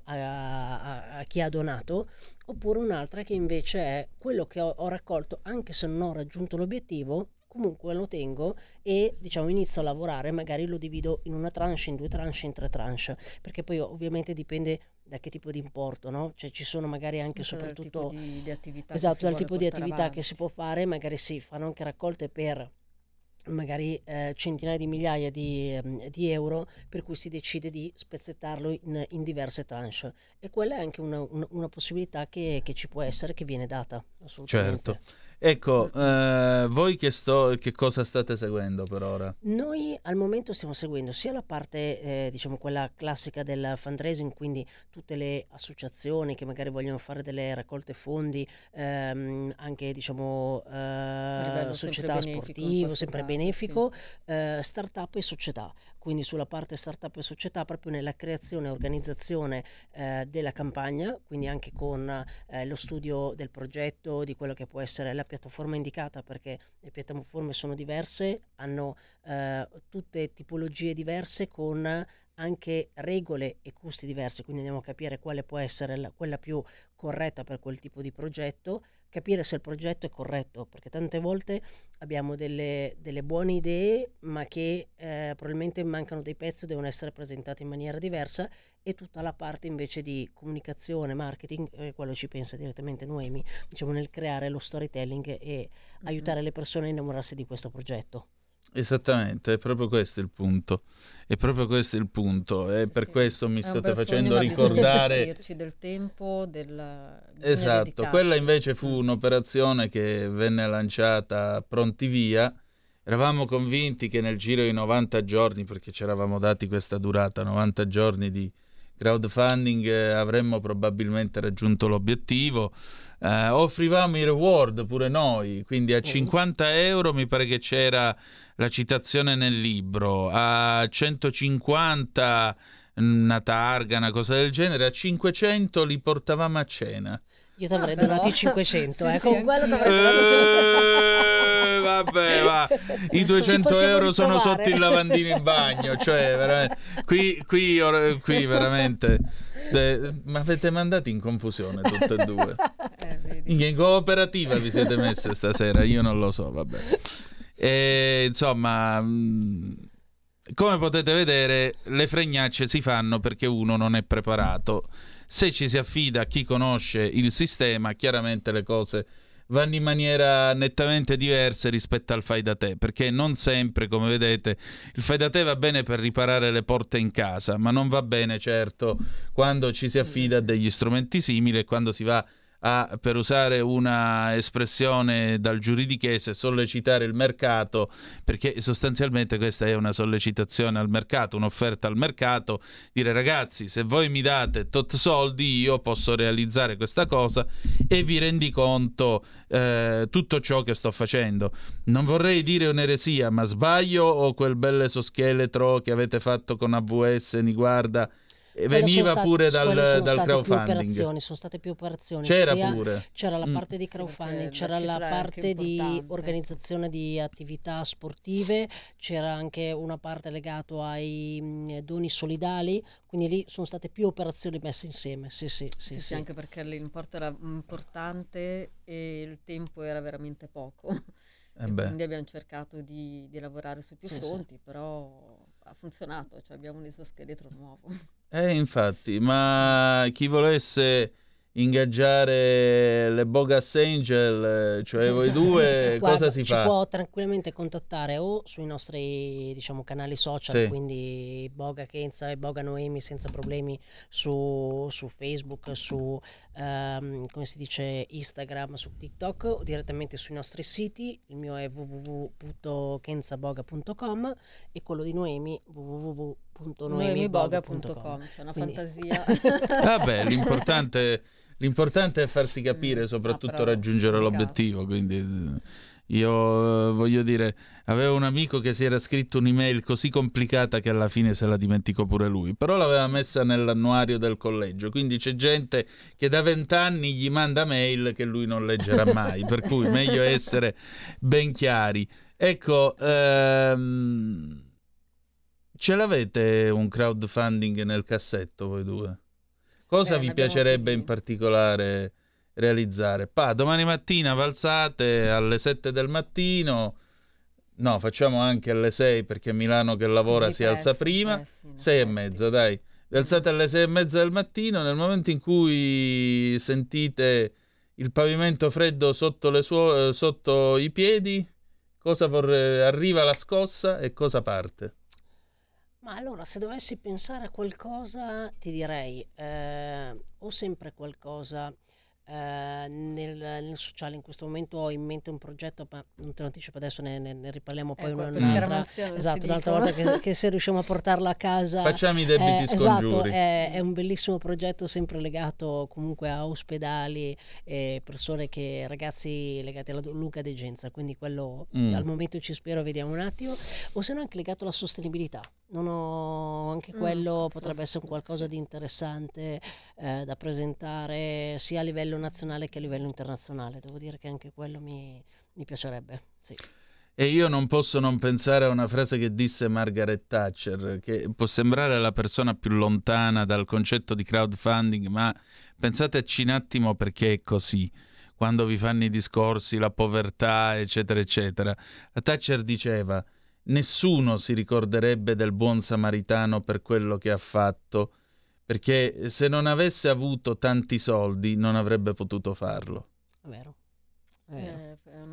a chi ha donato, oppure un'altra che invece è quello che ho raccolto, anche se non ho raggiunto l'obiettivo, comunque lo tengo e, diciamo, inizio a lavorare, magari lo divido in una tranche, in 2 tranche, in 3 tranche, perché poi ovviamente dipende da che tipo di importo, no? Cioè ci sono magari anche soprattutto il tipo di attività, esatto, dal tipo di attività che si può fare, magari si fanno anche raccolte per magari centinaia di migliaia di euro, per cui si decide di spezzettarlo in diverse tranche, e quella è anche una possibilità che ci può essere, che viene data assolutamente. Certo. Ecco, voi che cosa state seguendo per ora? Noi al momento stiamo seguendo sia la parte, diciamo, quella classica del fundraising, quindi tutte le associazioni che magari vogliono fare delle raccolte fondi, anche, diciamo, società sportive, sempre benefico, sì. Startup e società. Quindi sulla parte startup e società, proprio nella creazione e organizzazione della campagna, quindi anche con lo studio del progetto, di quello che può essere la piattaforma indicata, perché le piattaforme sono diverse, hanno tutte tipologie diverse, con anche regole e costi diversi, quindi andiamo a capire quale può essere quella più corretta per quel tipo di progetto, capire se il progetto è corretto, perché tante volte abbiamo delle buone idee, ma che probabilmente mancano dei pezzi, devono essere presentati in maniera diversa, e tutta la parte invece di comunicazione, marketing, quello ci pensa direttamente Noemi, diciamo, nel creare lo storytelling e aiutare le persone a innamorarsi di questo progetto. Esattamente, è proprio questo il punto. È proprio questo il punto. E per questo mi state facendo ricordare. Bisogna del tempo, Esatto, quella invece fu un'operazione che venne lanciata pronti via. Eravamo convinti che nel giro di 90 giorni, perché ci eravamo dati questa durata, 90 giorni di crowdfunding, avremmo probabilmente raggiunto l'obiettivo. Offrivamo i reward pure noi, quindi a 50 euro mi pare che c'era la citazione nel libro, a 150 una targa, una cosa del genere, a 500 li portavamo a cena. Io ti avrei donato i 500, sì, con quello ti avrei donato vabbè, va. I 200 euro sono sotto il lavandino in bagno, cioè veramente, qui veramente ma avete mandato in confusione tutte e due. In cooperativa vi siete messe stasera, io non lo so, vabbè. E, insomma, come potete vedere, le fregnacce si fanno perché uno non è preparato. Se ci si affida a chi conosce il sistema, chiaramente le cose vanno in maniera nettamente diversa rispetto al fai da te, perché non sempre, come vedete, il fai da te va bene per riparare le porte in casa, ma non va bene certo quando ci si affida a degli strumenti simili e quando si va a, per usare una espressione dal giuridichese, sollecitare il mercato, perché sostanzialmente questa è una sollecitazione al mercato, un'offerta al mercato, dire ragazzi, se voi mi date tot soldi io posso realizzare questa cosa e vi rendi conto tutto ciò che sto facendo. Non vorrei dire un'eresia, ma sbaglio o quel bel esoscheletro che avete fatto con AWS Niguarda veniva pure dal crowdfunding? Sono state più operazioni. C'era pure. C'era la parte di crowdfunding, c'era la parte di organizzazione di attività sportive, c'era anche una parte legata ai doni solidali, quindi lì sono state più operazioni messe insieme. Sì. Anche perché l'importo era importante e il tempo era veramente poco. Quindi abbiamo cercato di lavorare su più fronti, però ha funzionato, cioè abbiamo un esoscheletro nuovo. Infatti, ma chi volesse ingaggiare le Bogas Angel, cioè voi due, guarda, cosa si fa? Ci può tranquillamente contattare o sui nostri canali social, quindi Boga Kenza e Boga Noemi senza problemi su Facebook, su come si dice Instagram, su TikTok o direttamente sui nostri siti. Il mio è www.kenzaboga.com e quello di Noemi www.noemiboga.com. C'è una fantasia. Vabbè, l'importante è farsi capire, soprattutto raggiungere l'obiettivo, quindi io voglio dire, avevo un amico che si era scritto un'email così complicata che alla fine se la dimenticò pure lui, però l'aveva messa nell'annuario del collegio, quindi c'è gente che da 20 anni gli manda mail che lui non leggerà mai, per cui meglio essere ben chiari. Ecco, ce l'avete un crowdfunding nel cassetto voi due? Cosa vi piacerebbe in particolare realizzare? Domani mattina valzate alle 7 del mattino, no, facciamo anche alle 6 perché Milano che lavora si alza prima, 6 e mezza, dai. Vi alzate alle 6 e mezza del mattino, nel momento in cui sentite il pavimento freddo sotto i piedi, arriva la scossa e cosa parte? Ma allora, se dovessi pensare a qualcosa, ti direi, ho sempre qualcosa nel sociale. In questo momento ho in mente un progetto, ma non te lo anticipo adesso, ne riparliamo poi un'altra volta che se riusciamo a portarla a casa. Facciamo i debiti scongiuri. È un bellissimo progetto sempre legato comunque a ospedali e ragazzi legati alla lungodegenza, quindi quello al momento ci spero, vediamo un attimo. O se no anche legato alla sostenibilità. Anche quello potrebbe essere un qualcosa di interessante da presentare sia a livello nazionale che a livello internazionale. Devo dire che anche quello mi piacerebbe, sì. E io non posso non pensare a una frase che disse Margaret Thatcher, che può sembrare la persona più lontana dal concetto di crowdfunding, ma pensateci un attimo perché è così. Quando vi fanno i discorsi, la povertà, eccetera, eccetera. La Thatcher diceva: nessuno si ricorderebbe del buon samaritano per quello che ha fatto, perché se non avesse avuto tanti soldi non avrebbe potuto farlo. Vero. È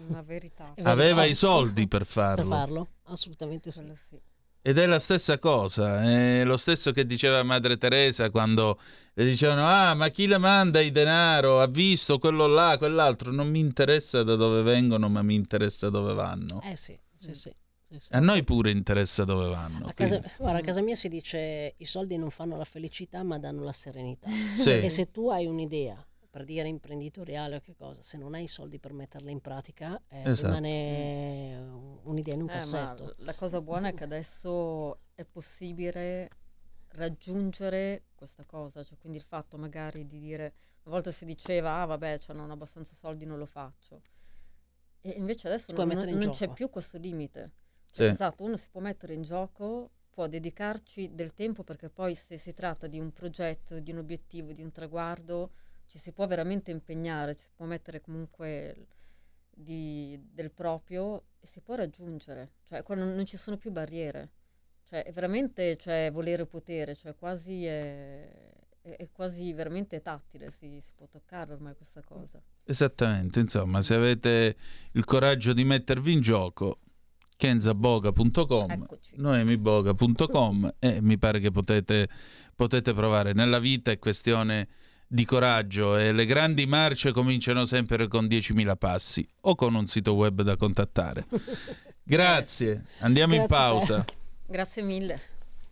La verità. Aveva i soldi per farlo. Per farlo? Assolutamente sì. Ed è la stessa cosa, è lo stesso che diceva Madre Teresa quando le dicevano ma chi le manda il denaro? Ha visto quello là, quell'altro? Non mi interessa da dove vengono, ma mi interessa dove vanno. Sì. A noi pure interessa dove vanno. A casa mia si dice i soldi non fanno la felicità ma danno la serenità. Sì. E se tu hai un'idea, per dire imprenditoriale o che cosa, se non hai i soldi per metterla in pratica rimane un'idea in un cassetto. Ma la cosa buona è che adesso è possibile raggiungere questa cosa, cioè quindi il fatto magari di dire, una volta si diceva vabbè, cioè non ho abbastanza soldi, non lo faccio, e invece adesso non c'è più questo limite, cioè, esatto, uno si può mettere in gioco, può dedicarci del tempo, perché poi se si tratta di un progetto, di un obiettivo, di un traguardo, ci si può veramente impegnare, ci si può mettere comunque del proprio e si può raggiungere, cioè qua non ci sono più barriere, cioè è veramente, cioè, volere potere, cioè quasi è quasi veramente tattile, si può toccare ormai questa cosa. Esattamente, insomma, se avete il coraggio di mettervi in gioco, kenzaboga.com, noemiboga.com, e mi pare che potete provare. Nella vita è questione di coraggio e le grandi marce cominciano sempre con 10.000 passi o con un sito web da contattare. Grazie, andiamo in pausa. Grazie mille.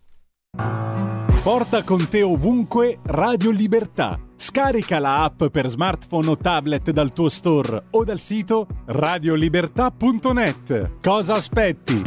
Porta con te ovunque Radio Libertà. Scarica la app per smartphone o tablet dal tuo store o dal sito radiolibertà.net. Cosa aspetti?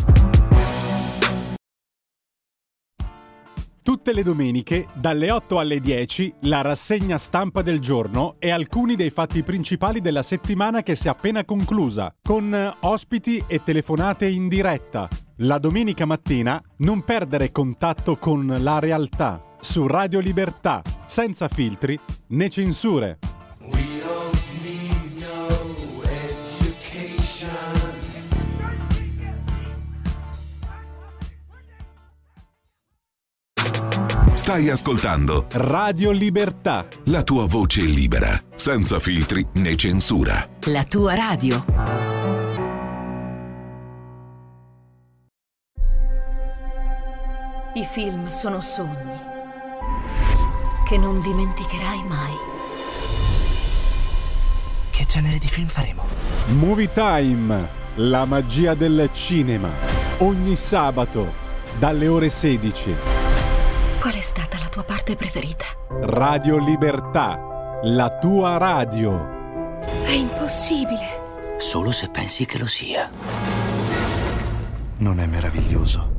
Tutte le domeniche, dalle 8 alle 10, la rassegna stampa del giorno e alcuni dei fatti principali della settimana che si è appena conclusa, con ospiti e telefonate in diretta. La domenica mattina non perdere contatto con la realtà su Radio Libertà, senza filtri né censure. Stai ascoltando Radio Libertà, la tua voce libera, senza filtri né censura. La tua radio. I film sono sogni che non dimenticherai mai. Che genere di film faremo? Movie Time, la magia del cinema. Ogni sabato, dalle ore 16. Qual è stata la tua parte preferita? Radio Libertà, la tua radio. È impossibile. Solo se pensi che lo sia. Non è meraviglioso?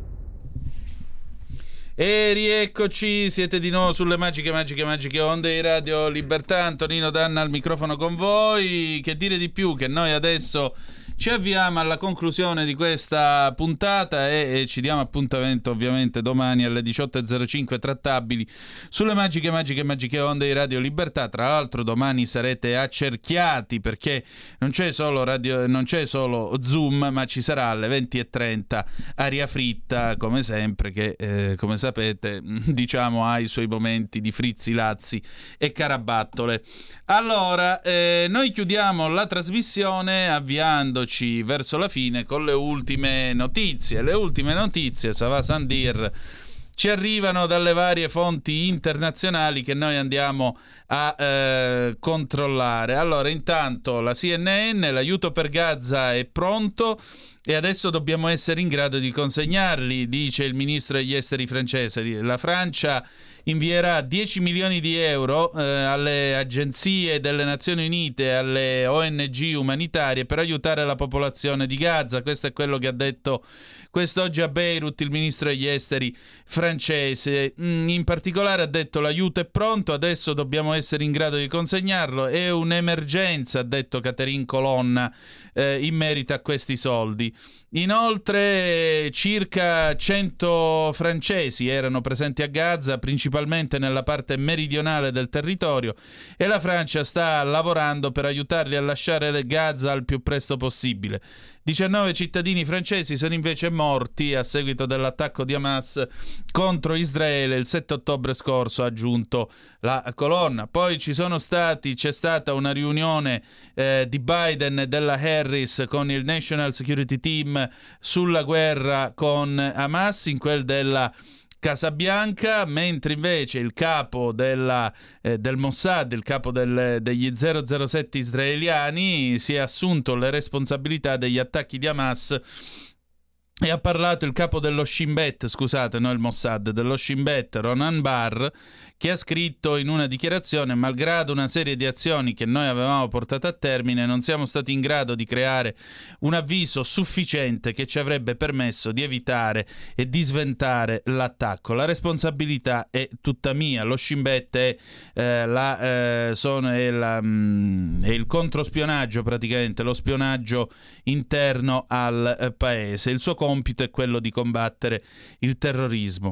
E rieccoci, siete di nuovo sulle magiche onde di Radio Libertà. Antonino Danna al microfono con voi. Che dire di più, che noi adesso ci avviamo alla conclusione di questa puntata e ci diamo appuntamento ovviamente domani alle 18.05 trattabili sulle magiche onde di Radio Libertà. Tra l'altro domani sarete accerchiati perché non c'è solo Zoom, ma ci sarà alle 20.30 Aria Fritta, come sempre, che come sapete diciamo ha i suoi momenti di frizzi, lazzi e carabattole. Allora noi chiudiamo la trasmissione avviandoci verso la fine con le ultime notizie. Le ultime notizie, ça va sans dire, ci arrivano dalle varie fonti internazionali che noi andiamo a controllare. Allora, intanto la CNN, l'aiuto per Gaza è pronto e adesso dobbiamo essere in grado di consegnarli, dice il ministro degli esteri francese. La Francia invierà 10 milioni di euro alle agenzie delle Nazioni Unite e alle ONG umanitarie per aiutare la popolazione di Gaza. Questo è quello che ha detto quest'oggi a Beirut il ministro degli esteri francese. In particolare ha detto: l'aiuto è pronto, adesso dobbiamo essere in grado di consegnarlo, è un'emergenza, ha detto Catherine Colonna in merito a questi soldi. Inoltre circa 100 francesi erano presenti a Gaza, principalmente principalmente nella parte meridionale del territorio, e la Francia sta lavorando per aiutarli a lasciare Gaza al più presto possibile. 19 cittadini francesi sono invece morti a seguito dell'attacco di Hamas contro Israele il 7 ottobre scorso, ha aggiunto la colonna. Poi c'è stata una riunione di Biden e della Harris con il National Security Team sulla guerra con Hamas, in quel della Casa Bianca, mentre invece il capo del Mossad, il capo degli 007 israeliani, si è assunto le responsabilità degli attacchi di Hamas. E ha parlato il capo dello Shin Bet, scusate, no il Mossad, dello Shin Bet, Ronan Bar, che ha scritto in una dichiarazione: malgrado una serie di azioni che noi avevamo portato a termine, non siamo stati in grado di creare un avviso sufficiente che ci avrebbe permesso di evitare e di sventare l'attacco. La responsabilità è tutta mia. Lo Shin Bet è il controspionaggio, praticamente lo spionaggio interno al paese. Il suo compito è quello di combattere il terrorismo.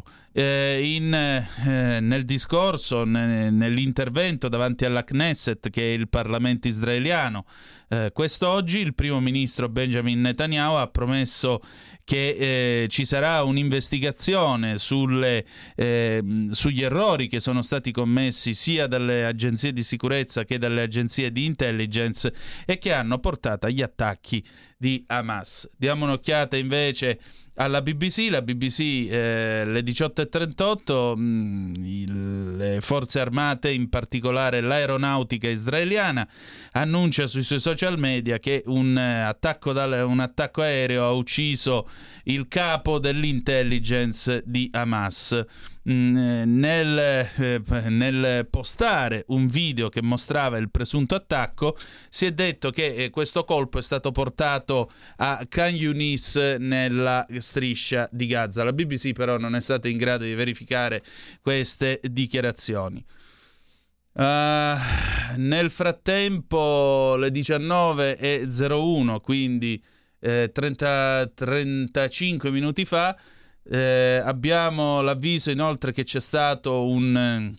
Nel discorso, nell'intervento davanti alla Knesset, che è il Parlamento israeliano, quest'oggi il primo ministro Benjamin Netanyahu ha promesso che ci sarà un'investigazione sugli errori che sono stati commessi sia dalle agenzie di sicurezza che dalle agenzie di intelligence e che hanno portato agli attacchi di Hamas. Diamo un'occhiata invece alla BBC. La BBC, le 18:38, le forze armate, in particolare l'aeronautica israeliana, annuncia sui suoi social media che un attacco aereo ha ucciso il capo dell'intelligence di Hamas. Nel postare un video che mostrava il presunto attacco, si è detto che questo colpo è stato portato a Khan Yunis nella striscia di Gaza. La BBC però non è stata in grado di verificare queste dichiarazioni. Nel frattempo, le 19:01, quindi 35 minuti fa, abbiamo l'avviso inoltre che c'è stato un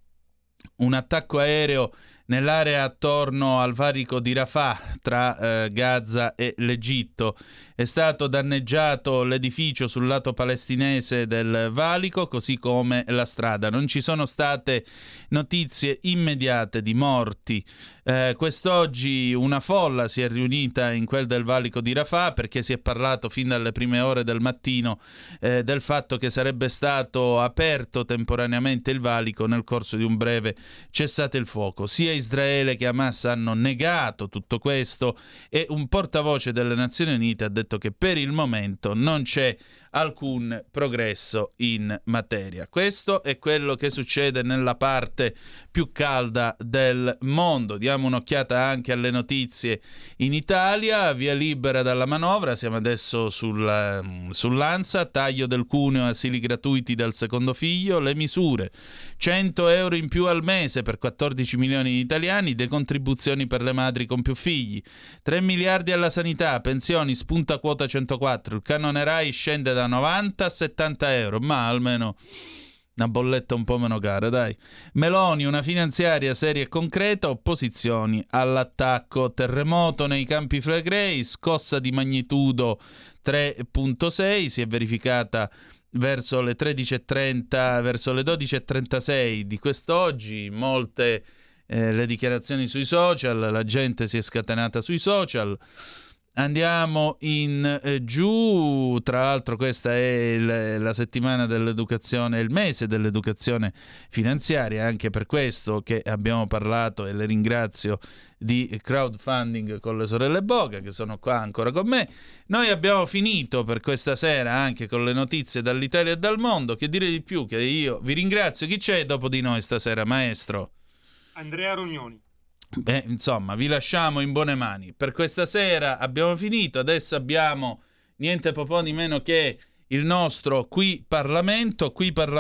attacco aereo nell'area attorno al valico di Rafah tra Gaza e l'Egitto. È stato danneggiato l'edificio sul lato palestinese del valico, così come la strada. Non ci sono state notizie immediate di morti. Quest'oggi una folla si è riunita in quel del valico di Rafah perché si è parlato fin dalle prime ore del mattino del fatto che sarebbe stato aperto temporaneamente il valico nel corso di un breve cessate il fuoco. Sia Israele che Hamas hanno negato tutto questo e un portavoce delle Nazioni Unite ha detto che per il momento non c'è alcun progresso in materia. Questo è quello che succede nella parte più calda del mondo. Diamo un'occhiata anche alle notizie in Italia. Via libera dalla manovra, siamo adesso sull'ANSA, taglio del cuneo, asili gratuiti dal secondo figlio, le misure: 100 euro in più al mese per 14 milioni di italiani, decontribuzioni per le madri con più figli, 3 miliardi alla sanità, pensioni, spunta quota 104, il canone Rai scende da 90 a 70 euro, ma almeno una bolletta un po' meno cara, dai. Meloni, una finanziaria seria e concreta, opposizioni all'attacco, terremoto nei Campi Flegrei, scossa di magnitudo 3.6, si è verificata verso le 13:30, verso le 12:36 di quest'oggi. Molte le dichiarazioni sui social, la gente si è scatenata sui social. Andiamo in giù, tra l'altro questa è la settimana dell'educazione, il mese dell'educazione finanziaria, anche per questo che abbiamo parlato, e le ringrazio, di crowdfunding con le sorelle Boga che sono qua ancora con me. Noi abbiamo finito per questa sera anche con le notizie dall'Italia e dal mondo. Che dire di più? Che io vi ringrazio. Chi c'è dopo di noi stasera, maestro? Andrea Rognoni. Beh, insomma, vi lasciamo in buone mani. Per questa sera abbiamo finito, adesso abbiamo niente po' di meno che il nostro Qui Parlamento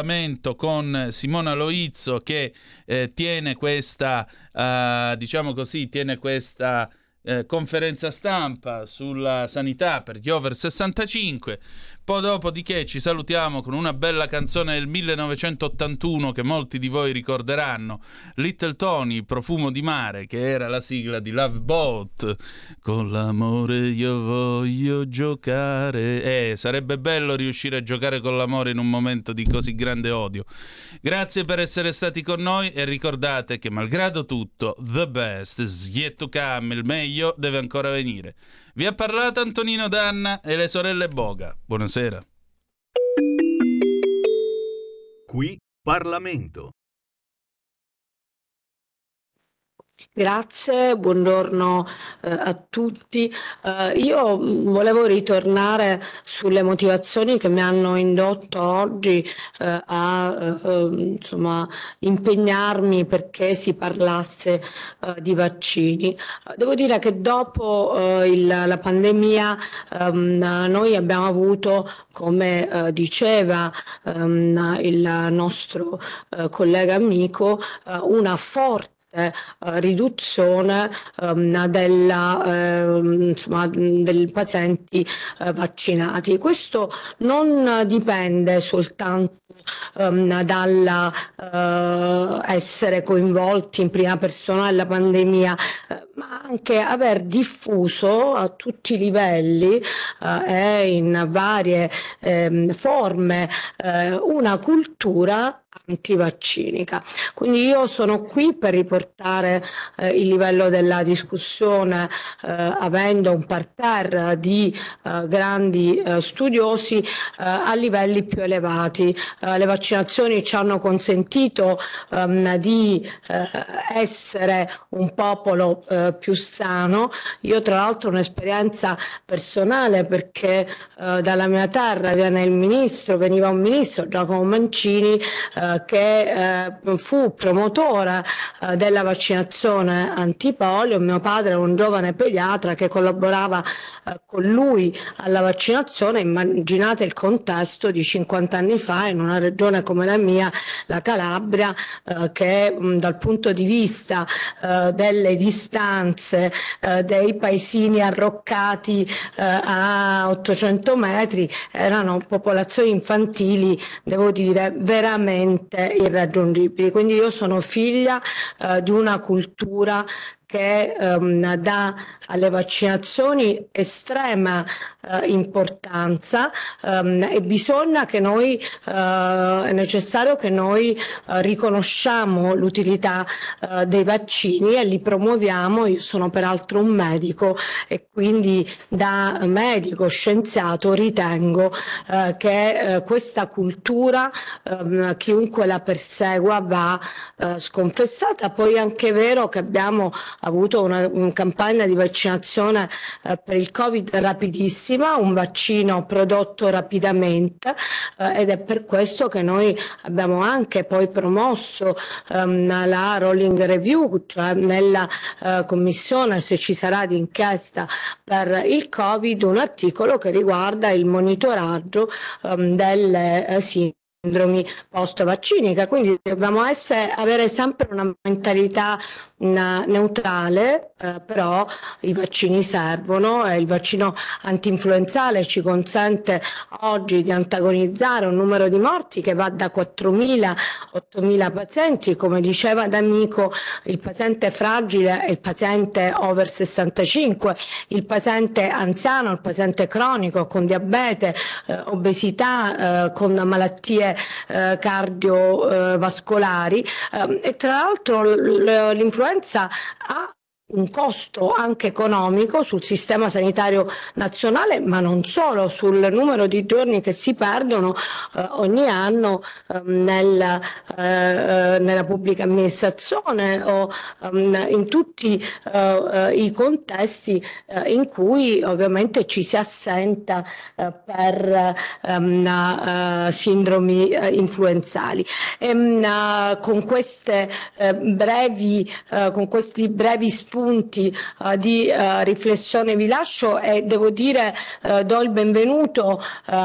con Simona Loizzo che tiene questa, diciamo così, conferenza stampa sulla sanità per gli over 65. Poi dopo di che ci salutiamo con una bella canzone del 1981 che molti di voi ricorderanno, Little Tony, Profumo di mare, che era la sigla di Love Boat. Con l'amore io voglio giocare. Sarebbe bello riuscire a giocare con l'amore in un momento di così grande odio. Grazie per essere stati con noi e ricordate che malgrado tutto, the best is yet to come, il meglio deve ancora venire. Vi ha parlato Antonino Danna e le sorelle Boga. Buonasera. Qui Parlamento. Grazie, buongiorno a tutti. Io volevo ritornare sulle motivazioni che mi hanno indotto oggi insomma, impegnarmi perché si parlasse di vaccini. Devo dire che dopo la pandemia noi abbiamo avuto, come diceva il nostro collega amico, una forte riduzione dei pazienti vaccinati. Questo non dipende soltanto dalla essere coinvolti in prima persona nella pandemia, ma anche aver diffuso a tutti i livelli e in varie forme una cultura antivaccinica. Quindi io sono qui per riportare il livello della discussione, avendo un parterre di grandi studiosi a livelli più elevati. Le vaccinazioni ci hanno consentito di essere un popolo più sano. Io tra l'altro ho un'esperienza personale perché dalla mia terra veniva un ministro, Giacomo Mancini, che fu promotore della vaccinazione antipolio. Mio padre era un giovane pediatra che collaborava con lui alla vaccinazione. Immaginate il contesto di 50 anni fa in una regione come la mia, la Calabria, che dal punto di vista delle distanze, dei paesini arroccati a 800 metri, erano popolazioni infantili, devo dire, veramente irraggiungibili. Quindi io sono figlia di una cultura che dà alle vaccinazioni estrema importanza e bisogna che noi è necessario che noi riconosciamo l'utilità dei vaccini e li promuoviamo. Io sono peraltro un medico e quindi da medico scienziato ritengo che questa cultura chiunque la persegua va sconfessata. Poi è anche vero che abbiamo avuto una campagna di vaccinazione per il Covid rapidissima, un vaccino prodotto rapidamente ed è per questo che noi abbiamo anche poi promosso la rolling review, cioè nella commissione, se ci sarà, di inchiesta per il Covid, un articolo che riguarda il monitoraggio delle sindromi post-vacciniche. Quindi dobbiamo avere sempre una mentalità neutrale, però i vaccini servono e il vaccino antinfluenzale ci consente oggi di antagonizzare un numero di morti che va da 4.000 a 8.000 pazienti. Come diceva d'amico, il paziente fragile è il paziente over 65, il paziente anziano, il paziente cronico con diabete, obesità, con malattie cardiovascolari e tra l'altro l'influenza ha un costo anche economico sul sistema sanitario nazionale, ma non solo, sul numero di giorni che si perdono ogni anno nella pubblica amministrazione o in tutti i contesti in cui ovviamente ci si assenta per sindromi influenzali. Con questi brevi spunti spunti di riflessione vi lascio e devo dire do il benvenuto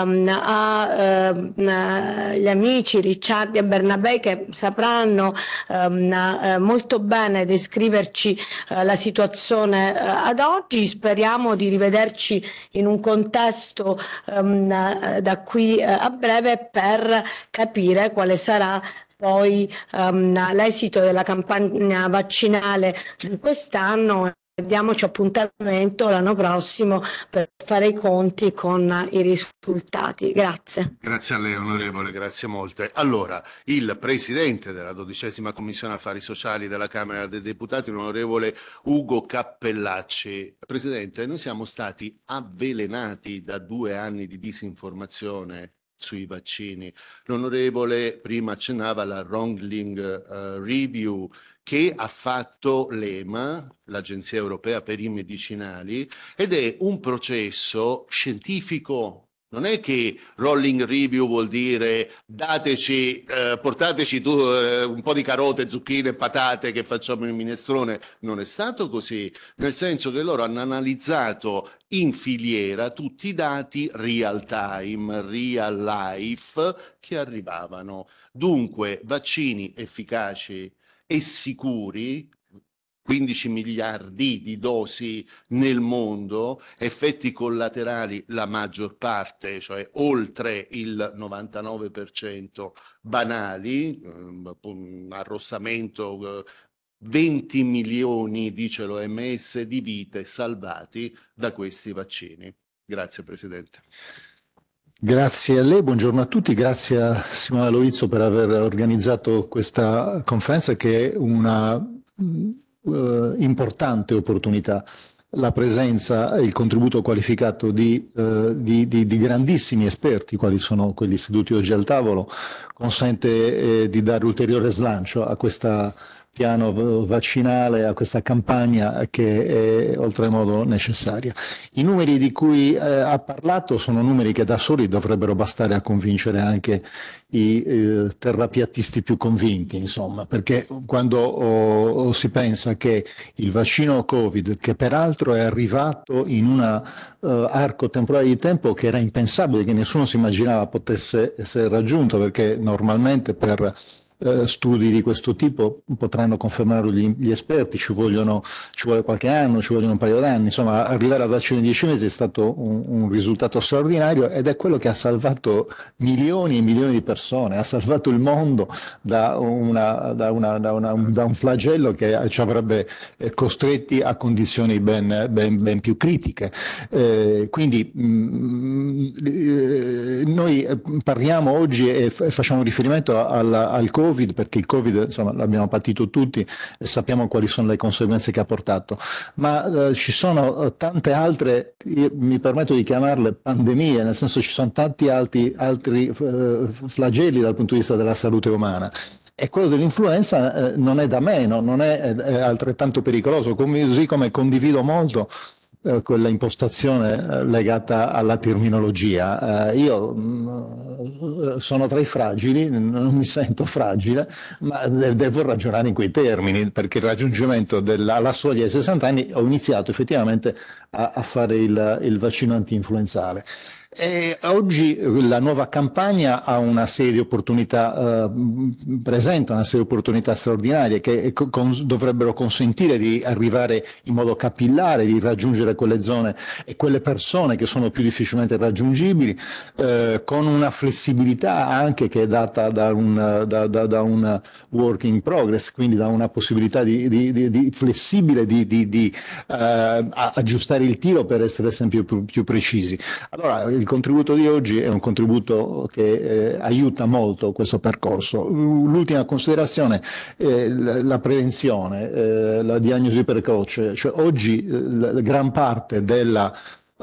agli amici Ricciardi e Bernabé che sapranno molto bene descriverci la situazione ad oggi. Speriamo di rivederci in un contesto da qui a breve per capire quale sarà poi l'esito della campagna vaccinale di quest'anno. Diamoci appuntamento l'anno prossimo per fare i conti con i risultati. Grazie. Grazie a lei onorevole, grazie molte. Allora, il presidente della 12ª Commissione Affari Sociali della Camera dei Deputati, l'onorevole Ugo Cappellacci. Presidente, noi siamo stati avvelenati da 2 anni di disinformazione sui vaccini. L'onorevole prima accennava alla Wrongling Review che ha fatto l'EMA, l'Agenzia Europea per i Medicinali, ed è un processo scientifico. Non è che rolling review vuol dire dateci, portateci un po' di carote, zucchine e patate che facciamo il minestrone. Non è stato così, nel senso che loro hanno analizzato in filiera tutti i dati real time, real life che arrivavano. Dunque, vaccini efficaci e sicuri, 15 miliardi di dosi nel mondo, effetti collaterali la maggior parte, cioè oltre il 99% banali, arrossamento, 20 milioni, dice l'OMS, di vite salvati da questi vaccini. Grazie Presidente. Grazie a lei, buongiorno a tutti, grazie a Simona Loizzo per aver organizzato questa conferenza che è una importante opportunità. La presenza e il contributo qualificato di grandissimi esperti, quali sono quelli seduti oggi al tavolo, consente di dare ulteriore slancio a questo piano vaccinale, a questa campagna che è oltremodo necessaria. I numeri di cui ha parlato sono numeri che da soli dovrebbero bastare a convincere anche i terrapiattisti più convinti, insomma, perché quando si pensa che il vaccino Covid, che peraltro è arrivato in un arco temporale di tempo che era impensabile, che nessuno si immaginava potesse essere raggiunto, perché normalmente per studi di questo tipo potranno confermarlo gli esperti, ci vuole qualche anno, ci vogliono un paio d'anni, insomma arrivare al vaccino in 10 mesi è stato un risultato straordinario ed è quello che ha salvato milioni e milioni di persone, ha salvato il mondo da un flagello che ci avrebbe costretti a condizioni ben più critiche. Quindi noi parliamo oggi e facciamo riferimento al Covid, perché il Covid, insomma, l'abbiamo patito tutti e sappiamo quali sono le conseguenze che ha portato, ma ci sono tante altre, mi permetto di chiamarle pandemie, nel senso ci sono tanti altri flagelli dal punto di vista della salute umana. E quello dell'influenza non è da meno, non è altrettanto pericoloso, così come condivido molto quella impostazione legata alla terminologia. Io sono tra i fragili, non mi sento fragile, ma devo ragionare in quei termini, perché il raggiungimento alla soglia dei 60 anni ho iniziato effettivamente a fare il vaccino anti-influenzale. E oggi la nuova campagna ha una serie di opportunità, presenta una serie di opportunità straordinarie che dovrebbero consentire di arrivare in modo capillare, di raggiungere quelle zone e quelle persone che sono più difficilmente raggiungibili, con una flessibilità anche che è data da un work in progress, quindi da una possibilità di flessibile di aggiustare il tiro per essere sempre più precisi. Allora, il contributo di oggi è un contributo che aiuta molto questo percorso. L'ultima considerazione è la prevenzione, la diagnosi precoce, cioè oggi la gran parte della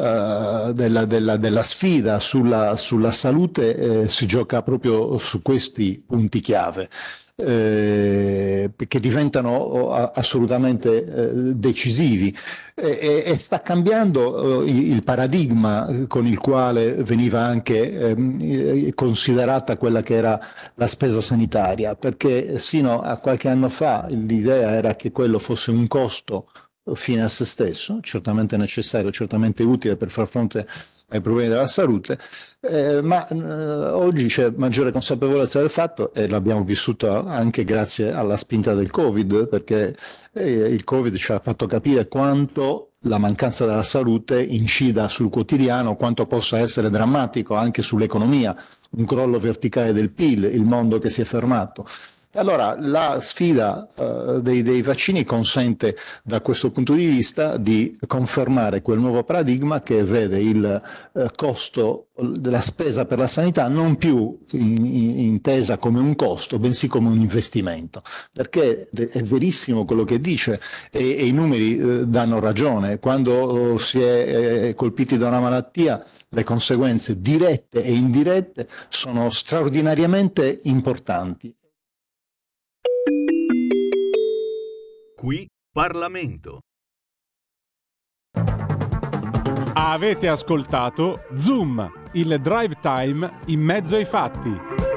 sfida sulla salute si gioca proprio su questi punti chiave. Che diventano assolutamente decisivi e sta cambiando il paradigma con il quale veniva anche considerata quella che era la spesa sanitaria, perché sino a qualche anno fa l'idea era che quello fosse un costo fine a se stesso, certamente necessario, certamente utile per far fronte ai problemi della salute, ma oggi c'è maggiore consapevolezza del fatto, e l'abbiamo vissuto anche grazie alla spinta del Covid, perché il Covid ci ha fatto capire quanto la mancanza della salute incida sul quotidiano, quanto possa essere drammatico anche sull'economia, un crollo verticale del PIL, il mondo che si è fermato. Allora la sfida dei vaccini consente da questo punto di vista di confermare quel nuovo paradigma che vede il costo della spesa per la sanità non più intesa come un costo, bensì come un investimento, perché è verissimo quello che dice e i numeri danno ragione. Quando si è colpiti da una malattia, le conseguenze dirette e indirette sono straordinariamente importanti. Qui Parlamento. Avete ascoltato Zoom, il drive time in mezzo ai fatti.